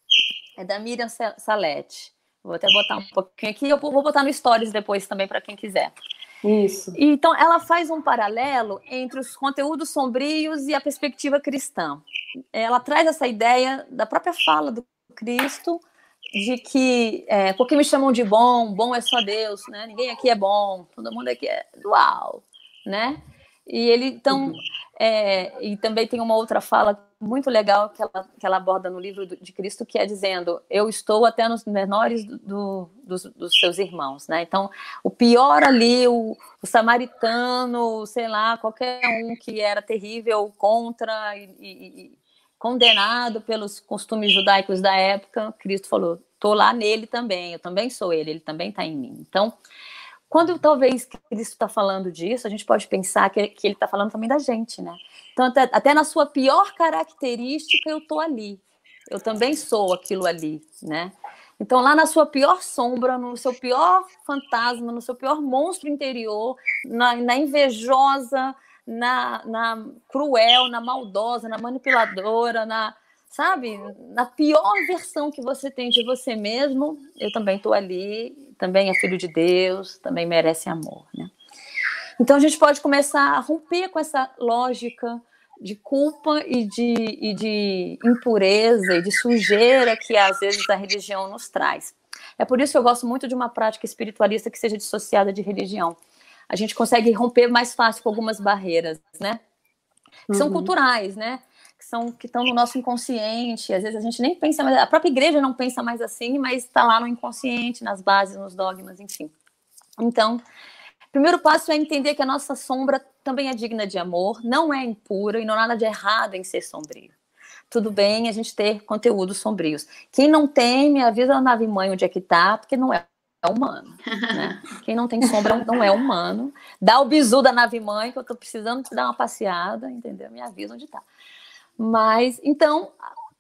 É da Miriam Salete. Vou até botar um pouquinho aqui, eu vou botar no Stories depois também para quem quiser. Isso. Então, ela faz um paralelo entre os conteúdos sombrios e a perspectiva cristã. Ela traz essa ideia da própria fala do Cristo, de que, é, porque me chamam de bom, bom é só Deus, né? Ninguém aqui é bom, todo mundo aqui é dual, né? E ele, então, uhum. é, e também tem uma outra fala muito legal que ela, que ela aborda no livro de Cristo, que é dizendo, eu estou até nos menores do, do, dos, dos seus irmãos, né? Então, o pior ali, o, o samaritano, sei lá, qualquer um que era terrível contra e, e, e condenado pelos costumes judaicos da época, Cristo falou, estou lá nele também, eu também sou ele, ele também está em mim. Então, quando talvez Cristo está falando disso, a gente pode pensar que, que ele está falando também da gente, né? Então, até, até na sua pior característica, eu estou ali. Eu também sou aquilo ali, né? Então, lá na sua pior sombra, no seu pior fantasma, no seu pior monstro interior, na, na invejosa, na, na cruel, na maldosa, na manipuladora, na, sabe? Na pior versão que você tem de você mesmo, eu também estou ali, também é filho de Deus, também merece amor, né? Então a gente pode começar a romper com essa lógica de culpa e de, e de impureza e de sujeira que às vezes a religião nos traz. É por isso que eu gosto muito de uma prática espiritualista que seja dissociada de religião. A gente consegue romper mais fácil com algumas barreiras, né? Que são uhum. culturais, né? Que são que estão no nosso inconsciente, às vezes a gente nem pensa mais, a própria igreja não pensa mais assim, mas está lá no inconsciente, nas bases, nos dogmas, enfim. Então, o primeiro passo é entender que a nossa sombra também é digna de amor, não é impura e não há nada de errado em ser sombrio. Tudo bem a gente ter conteúdos sombrios. Quem não tem, me avisa a nave mãe onde é que tá, porque não é humano, né? Quem não tem sombra não é humano. Dá o bizu da nave mãe, que eu tô precisando te dar uma passeada, entendeu? Me avisa onde tá. Mas, então,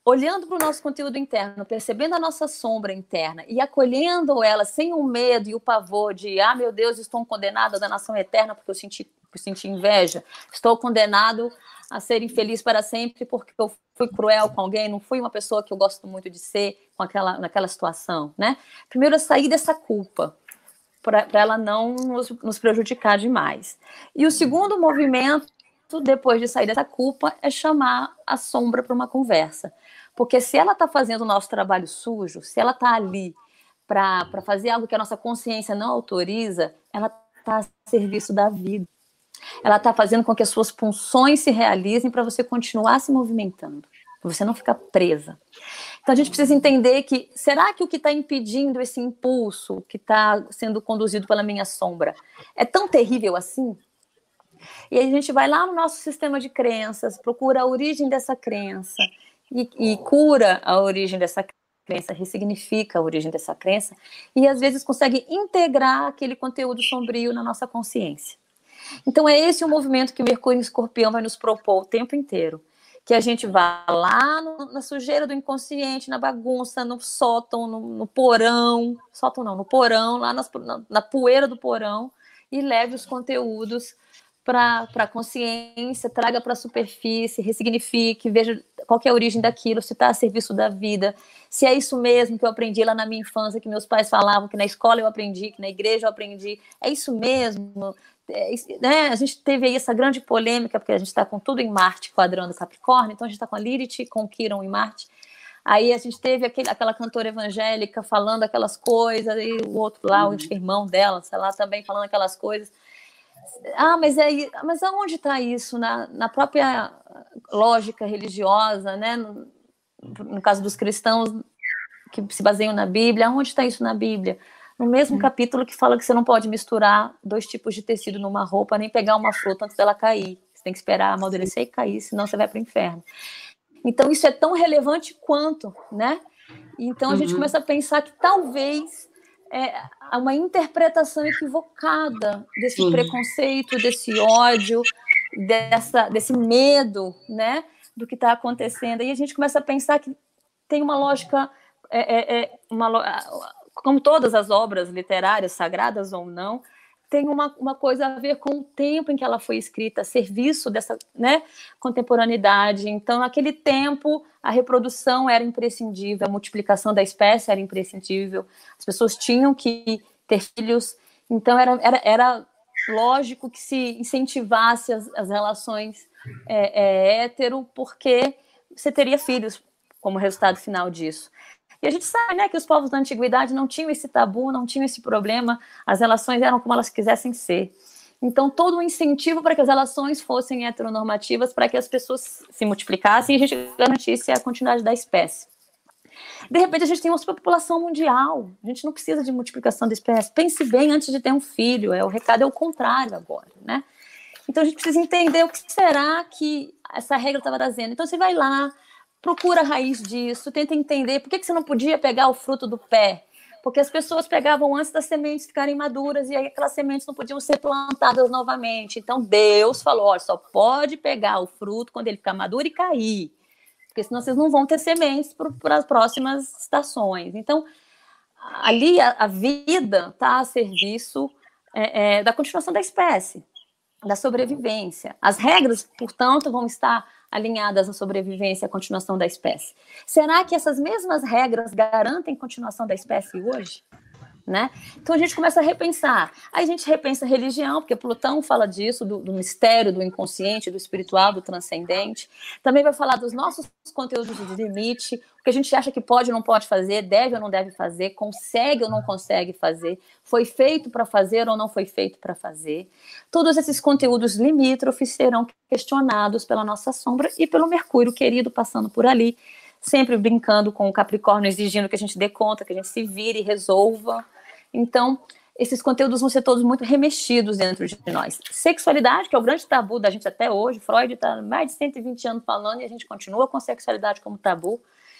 olhando para o nosso conteúdo interno, percebendo a nossa sombra interna e acolhendo ela sem o medo e o pavor de, ah, meu Deus, estou condenado à danação eterna porque eu senti, eu senti inveja, estou condenado a ser infeliz para sempre porque eu fui cruel com alguém, não fui uma pessoa que eu gosto muito de ser com aquela, naquela situação, né? Primeiro, é sair dessa culpa, para ela não nos, nos prejudicar demais. E o segundo movimento, depois de sair dessa culpa, é chamar a sombra para uma conversa. Porque se ela está fazendo o nosso trabalho sujo, se ela está ali para fazer algo que a nossa consciência não autoriza, ela está a serviço da vida. Ela está fazendo com que as suas funções se realizem para você continuar se movimentando, para você não ficar presa. Então a gente precisa entender que, será que o que está impedindo esse impulso que está sendo conduzido pela minha sombra é tão terrível assim? E aí a gente vai lá no nosso sistema de crenças, procura a origem dessa crença e, e cura a origem dessa crença, ressignifica a origem dessa crença e às vezes consegue integrar aquele conteúdo sombrio na nossa consciência. Então é esse o movimento que o Mercúrio em Escorpião vai nos propor o tempo inteiro. Que a gente vá lá no, na sujeira do inconsciente, na bagunça, no sótão, no, no porão, sótão não, no porão, lá nas, na, na poeira do porão, e leve os conteúdos para a consciência, traga para a superfície, ressignifique, veja qual que é a origem daquilo, se está a serviço da vida, se é isso mesmo que eu aprendi lá na minha infância, que meus pais falavam, que na escola eu aprendi, que na igreja eu aprendi, é isso mesmo. É, né? A gente teve aí essa grande polêmica, porque a gente está com tudo em Marte quadrando Capricórnio, então a gente está com a Lilith, com o Quirón em Marte. Aí a gente teve aquele, aquela cantora evangélica falando aquelas coisas, e o outro lá, o irmão dela, sei lá, também falando aquelas coisas. Ah, mas, é, mas aonde está isso? Na, na própria lógica religiosa, né? No, no caso dos cristãos que se baseiam na Bíblia, aonde está isso na Bíblia? No mesmo capítulo que fala que você não pode misturar dois tipos de tecido numa roupa, nem pegar uma fruta antes dela cair. Você tem que esperar amadurecer e cair, senão você vai para o inferno. Então, isso é tão relevante quanto, né? Então, a uhum. gente começa a pensar que talvez é, há uma interpretação equivocada desse Sim. preconceito, desse ódio, dessa, desse medo, né? Do que está acontecendo. E a gente começa a pensar que tem uma lógica... É, é, é uma, como todas as obras literárias, sagradas ou não, tem uma, uma coisa a ver com o tempo em que ela foi escrita, a serviço dessa, né, contemporaneidade. Então, naquele tempo, a reprodução era imprescindível, a multiplicação da espécie era imprescindível, as pessoas tinham que ter filhos, então era, era, era lógico que se incentivasse as, as relações é, é, hétero, porque você teria filhos como resultado final disso. E a gente sabe, né, que os povos da antiguidade não tinham esse tabu, não tinham esse problema, as relações eram como elas quisessem ser. Então, todo um incentivo para que as relações fossem heteronormativas, para que as pessoas se multiplicassem e a gente garantisse a continuidade da espécie. De repente, a gente tem uma superpopulação mundial, a gente não precisa de multiplicação da espécie. Pense bem antes de ter um filho, é, o recado é o contrário agora, né? Então, a gente precisa entender o que será que essa regra estava trazendo. Então, você vai lá, procura a raiz disso, tenta entender por que, que você não podia pegar o fruto do pé. Porque as pessoas pegavam antes das sementes ficarem maduras e aí aquelas sementes não podiam ser plantadas novamente. Então Deus falou, ó, só pode pegar o fruto quando ele ficar maduro e cair. Porque senão vocês não vão ter sementes para as próximas estações. Então, ali a, a vida está a serviço é, é, da continuação da espécie, da sobrevivência. As regras, portanto, vão estar alinhadas à sobrevivência e à continuação da espécie. Será que essas mesmas regras garantem a continuação da espécie hoje? Né? Então a gente começa a repensar. Aí a gente repensa a religião, porque Plutão fala disso, do, do mistério, do inconsciente, do espiritual, do transcendente. Também vai falar dos nossos conteúdos de limite, o que a gente acha que pode ou não pode fazer, deve ou não deve fazer, consegue ou não consegue fazer, foi feito para fazer ou não foi feito para fazer. Todos esses conteúdos limítrofes serão questionados pela nossa sombra e pelo Mercúrio querido passando por ali, sempre brincando com o Capricórnio, exigindo que a gente dê conta, que a gente se vire e resolva. Então, esses conteúdos vão ser todos muito remexidos dentro de nós. Sexualidade, que é o grande tabu da gente até hoje, Freud está mais de cento e vinte anos falando e a gente continua com sexualidade como tabu.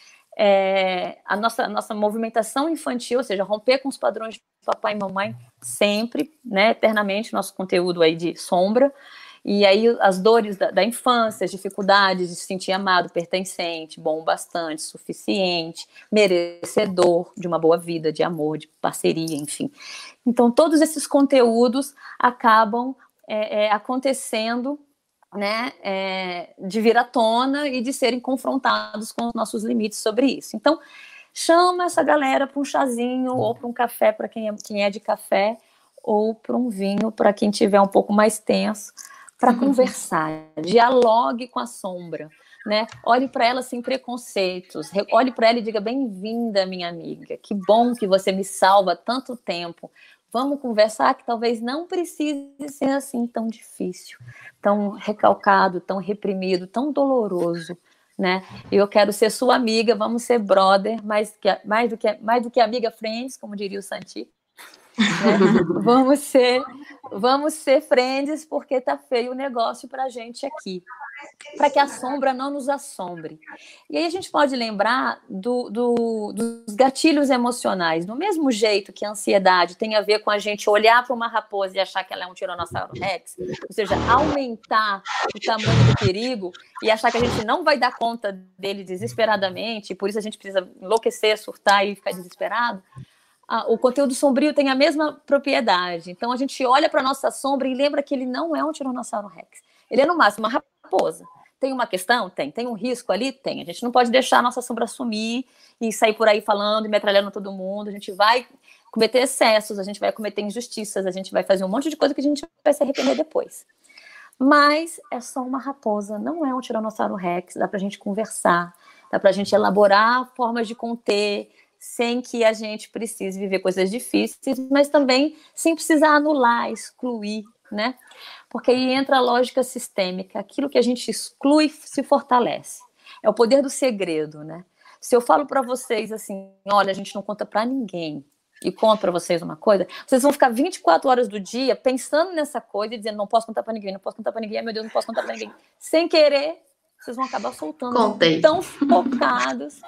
É, a nossa, a nossa movimentação infantil, ou seja, romper com os padrões de papai e mamãe, sempre, né, eternamente, nosso conteúdo aí de sombra. E aí as dores da, da infância, as dificuldades de se sentir amado, pertencente, bom o bastante, suficiente, merecedor de uma boa vida, de amor, de parceria, enfim. Então todos esses conteúdos acabam é, é, acontecendo, né, é, de vir à tona e de serem confrontados com os nossos limites sobre isso. Então chama essa galera para um chazinho ou para um café para quem é, quem é de café, ou para um vinho para quem tiver um pouco mais tenso, para uhum. conversar, dialogue com a sombra, né? Olhe para ela sem preconceitos, olhe para ela e diga: bem-vinda, minha amiga, que bom que você me salva há tanto tempo. Vamos conversar, que talvez não precise ser assim tão difícil, tão recalcado, tão reprimido, tão doloroso, né? Eu quero ser sua amiga, vamos ser brother, mais, que, mais, do, que, mais do que amiga friends, como diria o Santi. Né? Vamos ser, vamos ser friends, porque tá feio o negócio pra gente aqui, para que a sombra não nos assombre. E aí a gente pode lembrar do, do, dos gatilhos emocionais, do mesmo jeito que a ansiedade tem a ver com a gente olhar para uma raposa e achar que ela é um tiranossauro rex, ou seja, aumentar o tamanho do perigo e achar que a gente não vai dar conta dele desesperadamente, e por isso a gente precisa enlouquecer, surtar e ficar desesperado. Ah, o conteúdo sombrio tem a mesma propriedade. Então a gente olha para a nossa sombra e lembra que ele não é um tiranossauro rex. Ele é no máximo uma raposa. Tem uma questão? Tem. Tem um risco ali? Tem. A gente não pode deixar a nossa sombra sumir e sair por aí falando e metralhando todo mundo. A gente vai cometer excessos, a gente vai cometer injustiças, a gente vai fazer um monte de coisa que a gente vai se arrepender depois. Mas é só uma raposa, não é um tiranossauro rex. Dá para a gente conversar, dá para a gente elaborar formas de conter, sem que a gente precise viver coisas difíceis, mas também sem precisar anular, excluir, né? Porque aí entra a lógica sistêmica, aquilo que a gente exclui se fortalece. É o poder do segredo, né? Se eu falo para vocês assim, olha, a gente não conta para ninguém, e conto para vocês uma coisa, vocês vão ficar vinte e quatro horas do dia pensando nessa coisa e dizendo, não posso contar para ninguém, não posso contar para ninguém, meu Deus, não posso contar para ninguém. Sem querer, vocês vão acabar soltando. Contei. Tão focados...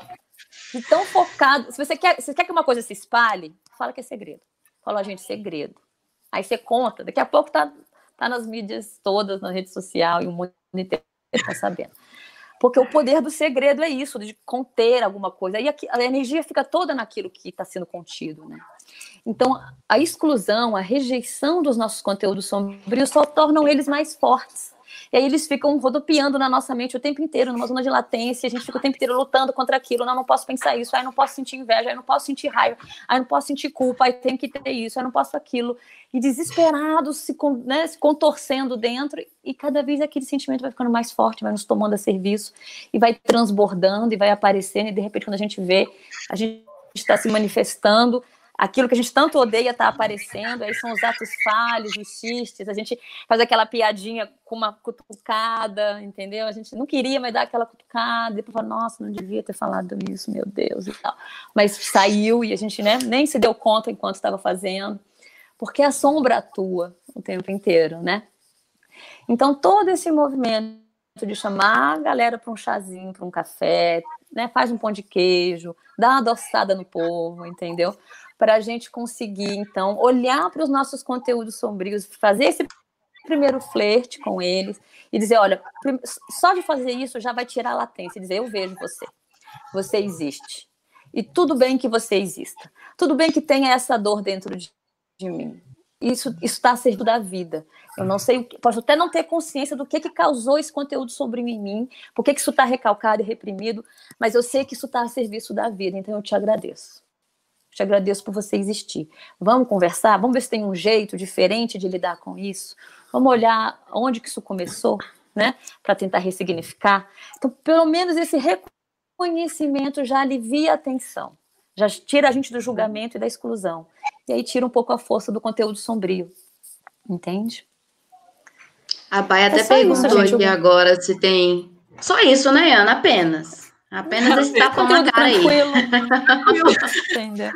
E tão focado. Se você quer, você quer que uma coisa se espalhe, fala que é segredo. Fala, gente, segredo. Aí você conta, daqui a pouco tá, tá nas mídias todas, na rede social, e o mundo inteiro está sabendo. Porque o poder do segredo é isso, de conter alguma coisa. Aí a energia fica toda naquilo que está sendo contido, né? Então, a exclusão, a rejeição dos nossos conteúdos sombrios só tornam eles mais fortes. E aí eles ficam rodopiando na nossa mente o tempo inteiro, numa zona de latência, a gente fica o tempo inteiro lutando contra aquilo, não, não posso pensar isso, aí não posso sentir inveja, aí não posso sentir raiva, aí não posso sentir culpa, aí tem que ter isso, aí não posso aquilo. E desesperados, se, né, se contorcendo dentro, e cada vez aquele sentimento vai ficando mais forte, vai nos tomando a serviço, e vai transbordando, e vai aparecendo, e de repente quando a gente vê, a gente está se manifestando, aquilo que a gente tanto odeia está aparecendo, aí são os atos falhos, os xistes, a gente faz aquela piadinha com uma cutucada, entendeu? A gente não queria, mas dá aquela cutucada, depois fala, nossa, não devia ter falado isso, meu Deus, e tal. Mas saiu e a gente, né, nem se deu conta enquanto estava fazendo, porque a sombra atua o tempo inteiro, né? Então, todo esse movimento de chamar a galera para um chazinho, para um café, né, faz um pão de queijo, dá uma adoçada no povo, entendeu? Para a gente conseguir, então, olhar para os nossos conteúdos sombrios, fazer esse primeiro flerte com eles e dizer, olha, só de fazer isso já vai tirar a latência, dizer, eu vejo você, você existe. E tudo bem que você exista. Tudo bem que tenha essa dor dentro de, de mim. Isso está a serviço da vida. Eu não sei, posso até não ter consciência do que, que causou esse conteúdo sombrio em mim, por que, que isso está recalcado e reprimido, mas eu sei que isso está a serviço da vida, então eu te agradeço. Te agradeço por você existir. Vamos conversar? Vamos ver se tem um jeito diferente de lidar com isso? Vamos olhar onde que isso começou, né? Para tentar ressignificar. Então, pelo menos esse reconhecimento já alivia a tensão. Já tira a gente do julgamento e da exclusão. E aí tira um pouco a força do conteúdo sombrio. Entende? A Pai até É só perguntou isso, gente. aqui agora se tem... Só isso, né, Ana? Apenas. Apenas esse tapa na cara aí. Entendeu?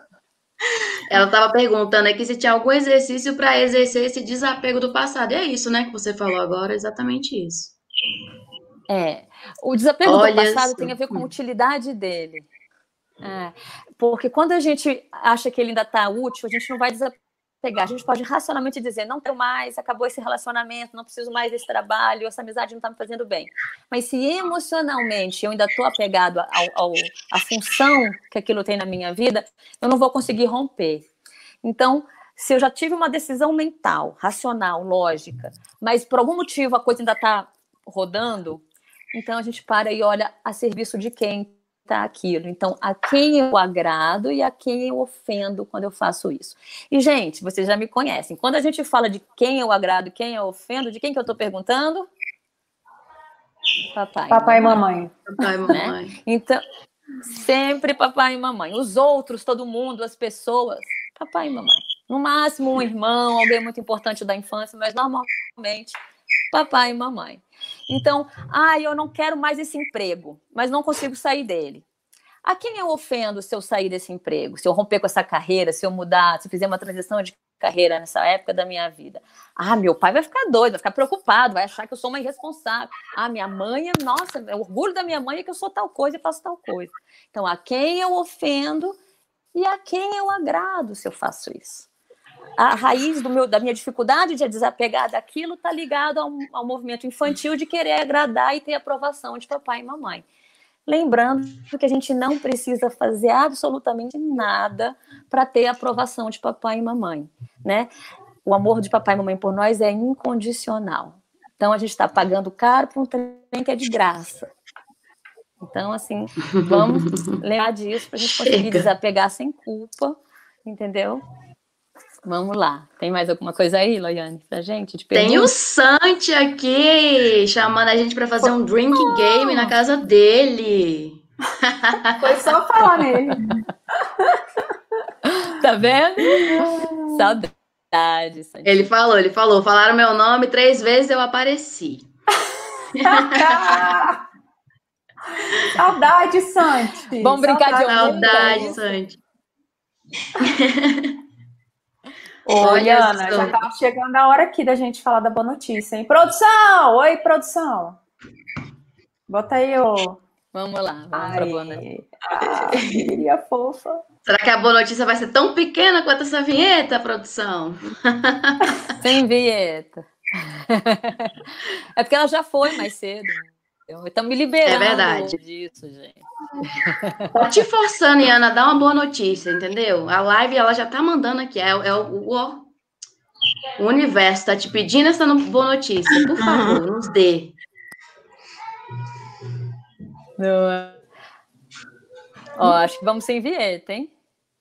Ela estava perguntando aqui se tinha algum exercício para exercer esse desapego do passado. E é isso, né, que você falou agora, exatamente isso. É. O desapego Olha do passado isso. tem a ver com a utilidade dele. É. Porque quando a gente acha que ele ainda está útil, a gente não vai desapegando desapegar. A gente pode racionalmente dizer, não quero mais, acabou esse relacionamento, não preciso mais desse trabalho, essa amizade não está me fazendo bem. Mas se emocionalmente eu ainda estou apegado ao, ao, à função que aquilo tem na minha vida, eu não vou conseguir romper. Então, se eu já tive uma decisão mental, racional, lógica, mas por algum motivo a coisa ainda está rodando, então a gente para e olha a serviço de quem está aquilo. Então, a quem eu agrado e a quem eu ofendo quando eu faço isso. E, gente, vocês já me conhecem. Quando a gente fala de quem eu agrado e quem eu ofendo, de quem que eu estou perguntando? Papai, Papai e mamãe. mamãe. Papai e mamãe. Né? Então, sempre papai e mamãe. Os outros, todo mundo, as pessoas, papai e mamãe. No máximo, um irmão, alguém muito importante da infância, mas normalmente, papai e mamãe. Então, ah, eu não quero mais esse emprego, mas não consigo sair dele. A quem eu ofendo se eu sair desse emprego? Se eu romper com essa carreira, se eu mudar, se eu fizer uma transição de carreira nessa época da minha vida? Ah, meu pai vai ficar doido, vai ficar preocupado, vai achar que eu sou uma irresponsável. Ah, minha mãe, é, nossa, o orgulho da minha mãe é que eu sou tal coisa e faço tal coisa. Então, a quem eu ofendo e a quem eu agrado se eu faço isso? A raiz do meu, da minha dificuldade de desapegar daquilo está ligado ao, ao movimento infantil de querer agradar e ter aprovação de papai e mamãe. Lembrando que a gente não precisa fazer absolutamente nada para ter aprovação de papai e mamãe, né? O amor de papai e mamãe por nós é incondicional. Então, a gente está pagando caro por um trem que é de graça. Então, assim, vamos lembrar disso para a gente conseguir desapegar sem culpa, entendeu? Vamos lá. Tem mais alguma coisa aí, Loiane, pra gente? De Tem o Santi aqui, chamando a gente para fazer um drink game na casa dele. Foi só falar nele. Tá vendo? Saudade, Santi. Ele falou, ele falou, falaram meu nome três vezes, eu apareci. Saudade, Santi. Vamos brincar de Saudade, Saudade, Santi. Oi, Ana, já tá chegando a hora aqui da gente falar da boa notícia, hein? Produção! Oi, produção! Bota aí, ô. Vamos lá, vamos pra boa notícia. Ai, fofa. Será que a boa notícia vai ser tão pequena quanto essa vinheta, produção? Sem vinheta. É porque ela já foi mais cedo. Estão me liberando é verdade. disso, gente. Tô te forçando, Iana, a dar uma boa notícia, entendeu? A live, ela já tá mandando aqui. É, é o, o, o universo tá te pedindo essa boa notícia. Por favor, nos dê. Não. Ó, acho que vamos sem vinheta, hein?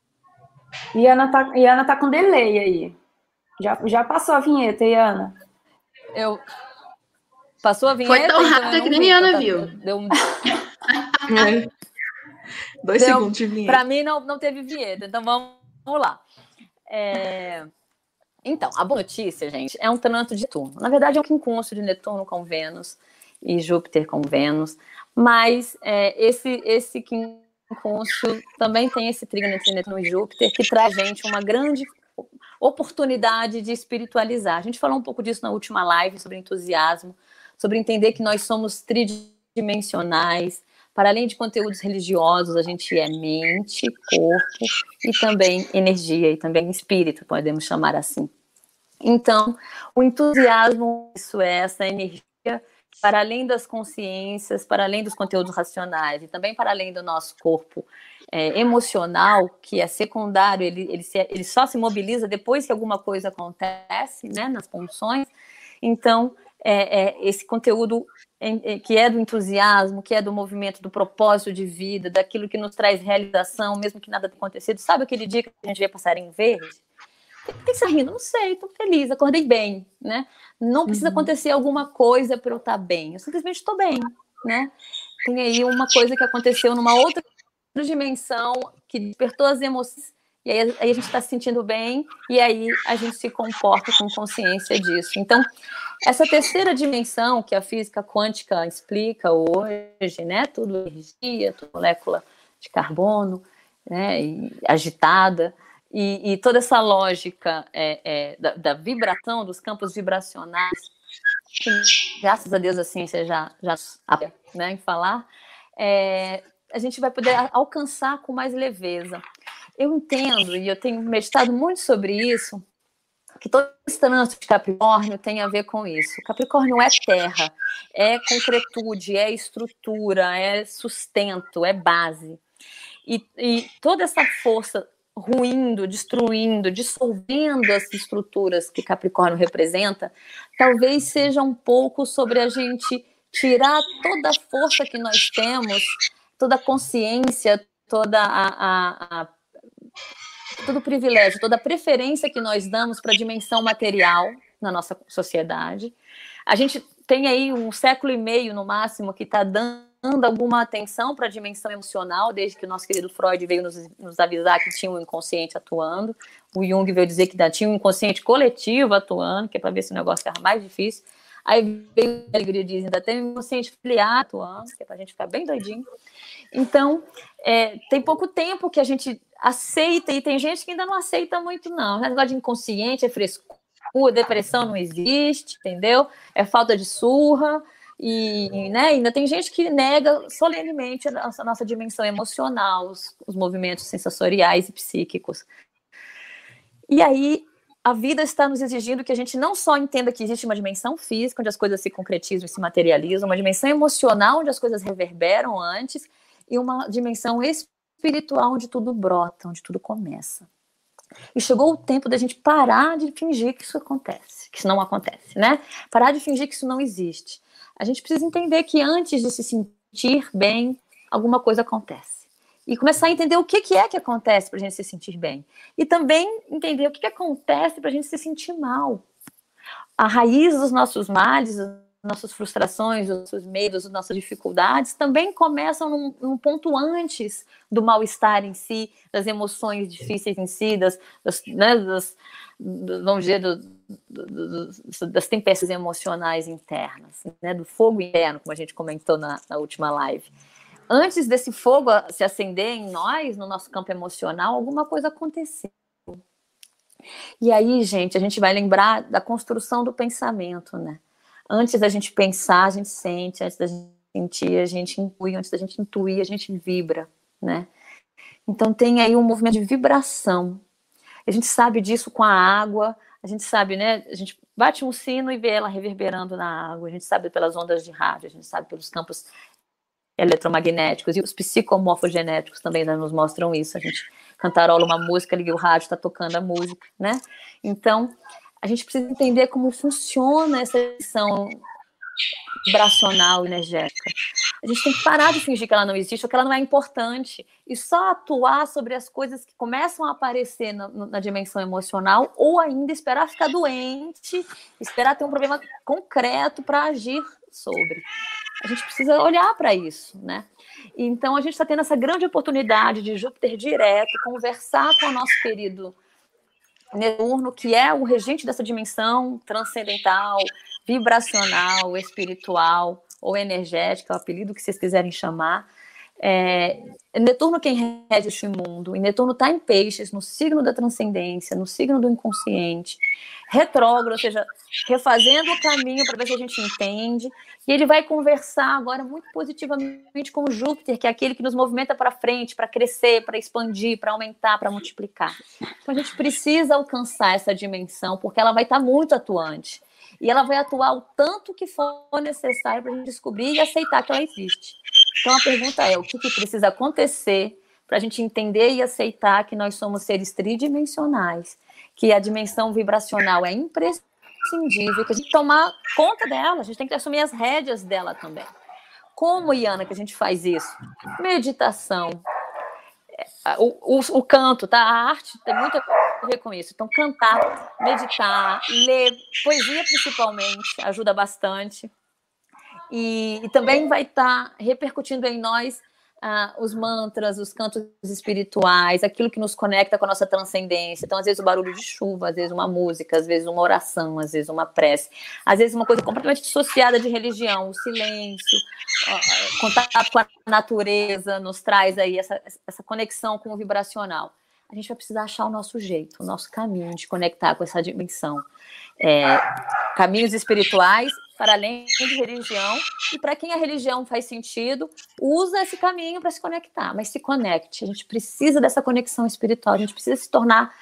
Iana tá, Iana tá com delay aí. Já, já passou a vinheta, Iana. Eu... Passou a vinheta? Foi tão rápido que nem Iana viu. Deu um... é. Dois Deu... segundos de vinheta. Para mim, não, não teve vinheta. Então, vamos, vamos lá. É... Então, a boa notícia, gente, é um trânsito de Netuno. Na verdade, é um quincúncio de Netuno com Vênus e Júpiter com Vênus. Mas é, esse, esse quincúncio também tem esse trígono entre Netuno e Júpiter que traz a gente uma grande oportunidade de espiritualizar. A gente falou um pouco disso na última live sobre entusiasmo, sobre entender que nós somos tridimensionais. Para além de conteúdos religiosos, a gente é mente, corpo e também energia, e também espírito, podemos chamar assim. Então, o entusiasmo, isso é essa energia para além das consciências, para além dos conteúdos racionais, e também para além do nosso corpo é, emocional, que é secundário, ele, ele, se, ele só se mobiliza depois que alguma coisa acontece, né, nas funções. Então, é, é, esse conteúdo é, é, que é do entusiasmo, que é do movimento, do propósito de vida, daquilo que nos traz realização, mesmo que nada tenha acontecido. Sabe aquele dia que a gente vê passarinho verde? Por que você está rindo? Não sei, estou feliz, acordei bem, né? Não precisa uhum. acontecer alguma coisa para eu estar bem, eu simplesmente estou bem, né? Tem aí uma coisa que aconteceu numa outra dimensão, que despertou as emoções, e aí, aí a gente está se sentindo bem, e aí a gente se comporta com consciência disso. Então, essa terceira dimensão que a física quântica explica hoje, né? Tudo energia, tudo molécula de carbono, né? E agitada, e, e toda essa lógica é, é, da, da vibração, dos campos vibracionais, que, graças a Deus a ciência já, já sabe, né, em falar, é, a gente vai poder alcançar com mais leveza. Eu entendo, e eu tenho meditado muito sobre isso, que todo esse trânsito de Capricórnio tem a ver com isso. Capricórnio é terra, é concretude, é estrutura, é sustento, é base. E, e toda essa força ruindo, destruindo, dissolvendo as estruturas que Capricórnio representa, talvez seja um pouco sobre a gente tirar toda a força que nós temos, toda a consciência, toda a, a, a todo o privilégio, toda a preferência que nós damos para a dimensão material na nossa sociedade. A gente tem aí um século e meio, no máximo, que está dando alguma atenção para a dimensão emocional, desde que o nosso querido Freud veio nos, nos avisar que tinha um inconsciente atuando. O Jung veio dizer que tinha um inconsciente coletivo atuando, que é para ver se o negócio ficava mais difícil. Aí veio a alegria diz, ainda tem um inconsciente familiar atuando, que é para a gente ficar bem doidinho. Então, é, tem pouco tempo que a gente aceita, e tem gente que ainda não aceita muito, não. O negócio de inconsciente é frescura, depressão não existe, entendeu? É falta de surra, e né, ainda tem gente que nega solenemente a nossa, a nossa dimensão emocional, os, os movimentos sensoriais e psíquicos. E aí, a vida está nos exigindo que a gente não só entenda que existe uma dimensão física, onde as coisas se concretizam e se materializam, uma dimensão emocional, onde as coisas reverberam antes, e uma dimensão espiritual, onde tudo brota, onde tudo começa. E chegou o tempo da gente parar de fingir que isso acontece, que isso não acontece, né? Parar de fingir que isso não existe. A gente precisa entender que antes de se sentir bem, alguma coisa acontece. E começar a entender o que, que é que acontece para a gente se sentir bem. E também entender o que, que acontece para a gente se sentir mal. A raiz dos nossos males, nossas frustrações, os nossos medos, as nossas dificuldades também começam num, num ponto antes do mal-estar em si, das emoções difíceis em si, das, das, né, das, vamos dizer, do, do, do, das tempestades emocionais internas, né, do fogo interno, como a gente comentou na, na última live. Antes desse fogo se acender em nós, no nosso campo emocional, alguma coisa aconteceu. E aí, gente, a gente vai lembrar da construção do pensamento, né? Antes da gente pensar, a gente sente, antes da gente sentir, a gente intui, antes da gente intuir, a gente vibra, né? Então tem aí um movimento de vibração. A gente sabe disso com a água, a gente sabe, né? A gente bate um sino e vê ela reverberando na água, a gente sabe pelas ondas de rádio, a gente sabe pelos campos eletromagnéticos, e os psicomorfogenéticos também nos mostram isso. A gente cantarola uma música, liga o rádio, está tocando a música, né? Então, a gente precisa entender como funciona essa lição vibracional, energética. A gente tem que parar de fingir que ela não existe ou que ela não é importante e só atuar sobre as coisas que começam a aparecer na, na dimensão emocional, ou ainda esperar ficar doente, esperar ter um problema concreto para agir sobre. A gente precisa olhar para isso, né? Então, a gente está tendo essa grande oportunidade de Júpiter direto conversar com o nosso querido Netuno, que é o regente dessa dimensão transcendental, vibracional, espiritual ou energética, é o apelido que vocês quiserem chamar. É, Netuno quem rege este mundo, e Netuno está em Peixes, no signo da transcendência, no signo do inconsciente, retrógrado, ou seja, refazendo o caminho para ver se a gente entende, e ele vai conversar agora muito positivamente com o Júpiter, que é aquele que nos movimenta para frente, para crescer, para expandir, para aumentar, para multiplicar. Então a gente precisa alcançar essa dimensão, porque ela vai estar muito atuante, e ela vai atuar o tanto que for necessário para a gente descobrir e aceitar que ela existe. Então a pergunta é, o que, que precisa acontecer para a gente entender e aceitar que nós somos seres tridimensionais, que a dimensão vibracional é imprescindível, que a gente tem que tomar conta dela, a gente tem que assumir as rédeas dela também. Como, Iana, que a gente faz isso? Meditação, o, o, o canto, tá? A arte tem muito a ver com isso. Então, cantar, meditar, ler, poesia principalmente, ajuda bastante. E, e também vai estar tá repercutindo em nós ah, os mantras, os cantos espirituais, aquilo que nos conecta com a nossa transcendência. Então, às vezes, o barulho de chuva, às vezes, uma música, às vezes, uma oração, às vezes, uma prece, às vezes, uma coisa completamente dissociada de religião, o silêncio, o contato com a natureza nos traz aí essa, essa conexão com o vibracional. A gente vai precisar achar o nosso jeito, o nosso caminho de conectar com essa dimensão. É, caminhos espirituais para além de religião, e para quem a religião faz sentido, usa esse caminho para se conectar, mas se conecte. A gente precisa dessa conexão espiritual, a gente precisa se tornar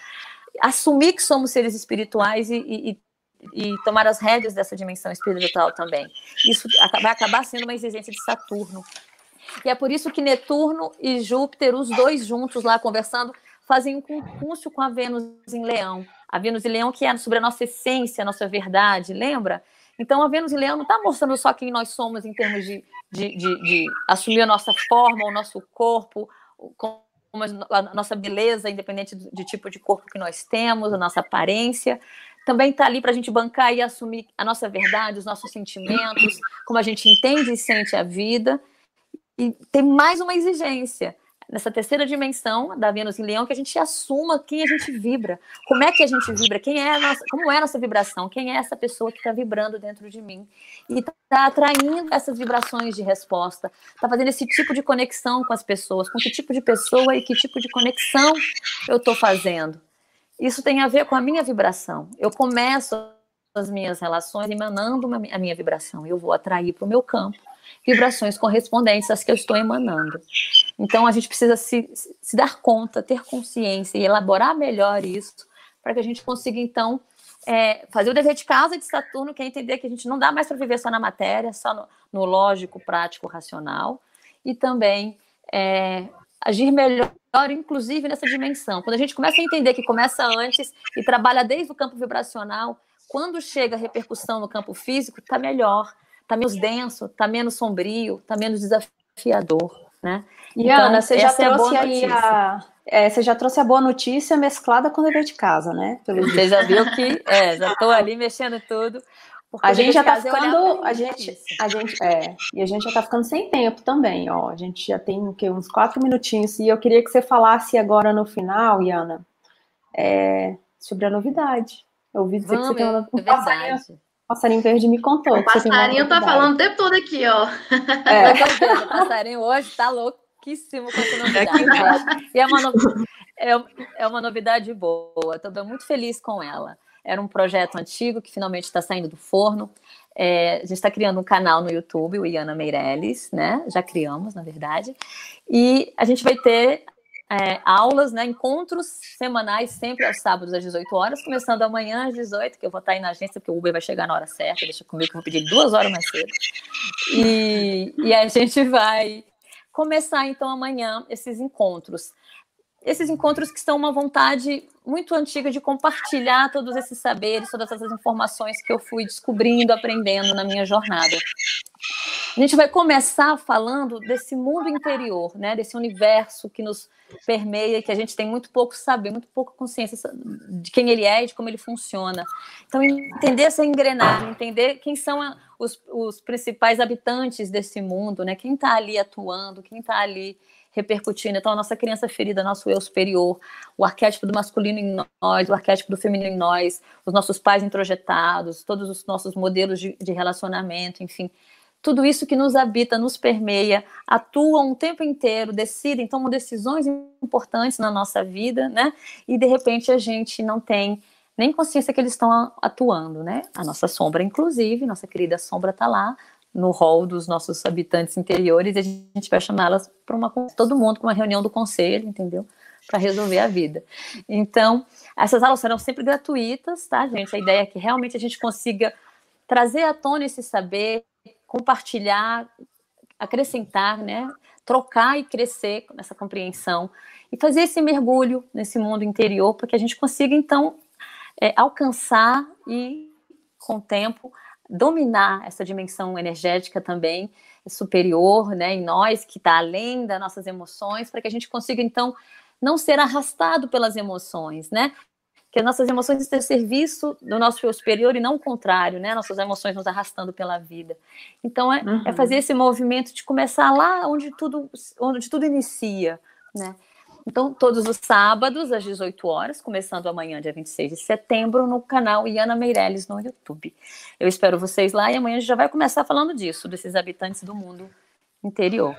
assumir que somos seres espirituais e, e, e tomar as rédeas dessa dimensão espiritual também. Isso vai acabar sendo uma exigência de Saturno. E é por isso que Netuno e Júpiter, os dois juntos lá conversando, fazem um concúncio com a Vênus em Leão. A Vênus em Leão que é sobre a nossa essência, a nossa verdade, lembra? Então, a Vênus em Leão não está mostrando só quem nós somos em termos de, de, de, de assumir a nossa forma, o nosso corpo, como a nossa beleza, independente de, de tipo de corpo que nós temos, a nossa aparência. Também está ali para a gente bancar e assumir a nossa verdade, os nossos sentimentos, como a gente entende e sente a vida. E tem mais uma exigência nessa terceira dimensão da Vênus em Leão, que a gente assuma quem a gente vibra. Como é que a gente vibra? Quem é a nossa, como é a nossa vibração? Quem é essa pessoa que está vibrando dentro de mim? E está atraindo essas vibrações de resposta. Está fazendo esse tipo de conexão com as pessoas. Com que tipo de pessoa e que tipo de conexão eu estou fazendo? Isso tem a ver com a minha vibração. Eu começo as minhas relações emanando uma, a minha vibração. Eu vou atrair para o meu campo vibrações correspondentes às que eu estou emanando. Então, a gente precisa se, se dar conta, ter consciência e elaborar melhor isso, para que a gente consiga, então, é, fazer o dever de casa de Saturno, que é entender que a gente não dá mais para viver só na matéria, só no, no lógico, prático, racional, e também é, agir melhor, inclusive, nessa dimensão. Quando a gente começa a entender que começa antes e trabalha desde o campo vibracional, quando chega a repercussão no campo físico, está melhor, está menos denso, está menos sombrio, está menos desafiador, né? E então, Ana, você já trouxe é a aí a, é, você já trouxe a boa notícia mesclada com o dever de casa, né? Pelo você já viu que, é, já estou ali mexendo tudo. A gente já está ficando, a gente, a gente, é, e a gente já está ficando sem tempo também, ó. A gente já tem o quê, uns quatro minutinhos. E eu queria que você falasse agora no final, Iana, é, sobre a novidade. Eu ouvi dizer Vamos, que você tem uma, um é passarinho, passarinho verde me contou. O passarinho tá falando o tempo todo aqui, ó. É. O passarinho hoje tá louquíssimo com essa novidade. E é uma, no... é, é uma novidade boa. Estou muito feliz com ela. Era um projeto antigo que finalmente está saindo do forno. É, a gente está criando um canal no YouTube, o Iana Meirelles, né? Já criamos, na verdade. E a gente vai ter é, aulas, né? Encontros semanais, sempre aos sábados às dezoito horas, começando amanhã às dezoito, que eu vou estar aí na agência, porque o Uber vai chegar na hora certa, deixa comigo que eu vou pedir duas horas mais cedo. E, e a gente vai começar, então, amanhã esses encontros. Esses encontros que são uma vontade muito antiga de compartilhar todos esses saberes, todas essas informações que eu fui descobrindo, aprendendo na minha jornada. A gente vai começar falando desse mundo interior, né? Desse universo que nos permeia, que a gente tem muito pouco saber, muito pouca consciência de quem ele é e de como ele funciona. Então, entender essa engrenagem, entender quem são a, os, os principais habitantes desse mundo, né? Quem está ali atuando, quem está ali repercutindo. Então, a nossa criança ferida, nosso eu superior, o arquétipo do masculino em nós, o arquétipo do feminino em nós, os nossos pais introjetados, todos os nossos modelos de, de relacionamento, enfim. Tudo isso que nos habita, nos permeia, atuam o tempo inteiro, decidem, tomam decisões importantes na nossa vida, né? E, de repente, a gente não tem nem consciência que eles estão atuando, né? A nossa sombra, inclusive, nossa querida sombra está lá, no hall dos nossos habitantes interiores, e a gente vai chamá-las para uma todo mundo, para uma reunião do conselho, entendeu? Para resolver a vida. Então, essas aulas serão sempre gratuitas, tá, gente? A ideia é que realmente a gente consiga trazer à tona esse saber, compartilhar, acrescentar, né? Trocar e crescer nessa compreensão e fazer esse mergulho nesse mundo interior para que a gente consiga, então, é, alcançar e, com o tempo, dominar essa dimensão energética também superior, né, em nós, que está além das nossas emoções, para que a gente consiga, então, não ser arrastado pelas emoções, né? Que as nossas emoções estejam a serviço do nosso eu superior e não o contrário, né? Nossas emoções nos arrastando pela vida. Então, é, uhum. é fazer esse movimento de começar lá onde tudo, onde tudo inicia, né? Então, todos os sábados, às dezoito horas, começando amanhã, dia vinte e seis de setembro, no canal Iana Meirelles no YouTube. Eu espero vocês lá e amanhã a gente já vai começar falando disso, desses habitantes do mundo interior.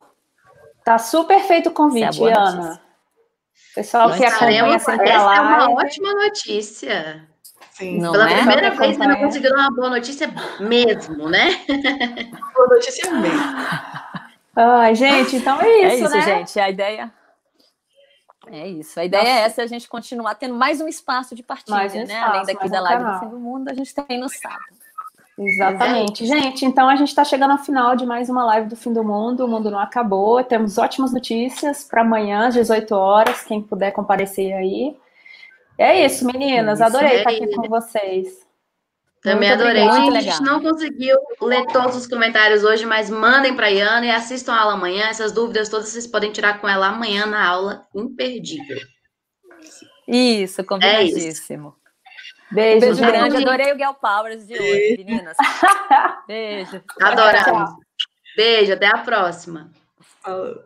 Tá super feito o convite, é Iana. Notícia. Pessoal que acompanha sempre a live. Essa é uma ótima notícia. Sim, não Pela é? primeira vez você não conseguiu dar uma boa notícia mesmo, né? Boa notícia mesmo. Ai, gente, então é isso, É isso, né? gente. A ideia... É isso. A ideia Nossa. é essa, a gente continuar tendo mais um espaço de partilha, um né? Espaço, além daqui da live do Fim do Mundo, a gente tem no sábado. Exatamente. É. Gente, então a gente está chegando ao final de mais uma live do Fim do Mundo. O mundo não acabou. Temos ótimas notícias para amanhã, às dezoito horas. Quem puder comparecer aí. É isso, meninas. Isso, adorei é estar aqui isso. com vocês. Também muito adorei. Gente, a gente não conseguiu ler todos os comentários hoje, mas mandem para a Iana e assistam a aula amanhã. Essas dúvidas todas vocês podem tirar com ela amanhã na aula imperdível. Isso, combinadíssimo. É Beijo, Beijo grande. Adorei o Girl Powers de hoje, meninas. Beijo. Adoramos. Beijo, até a próxima. Falou.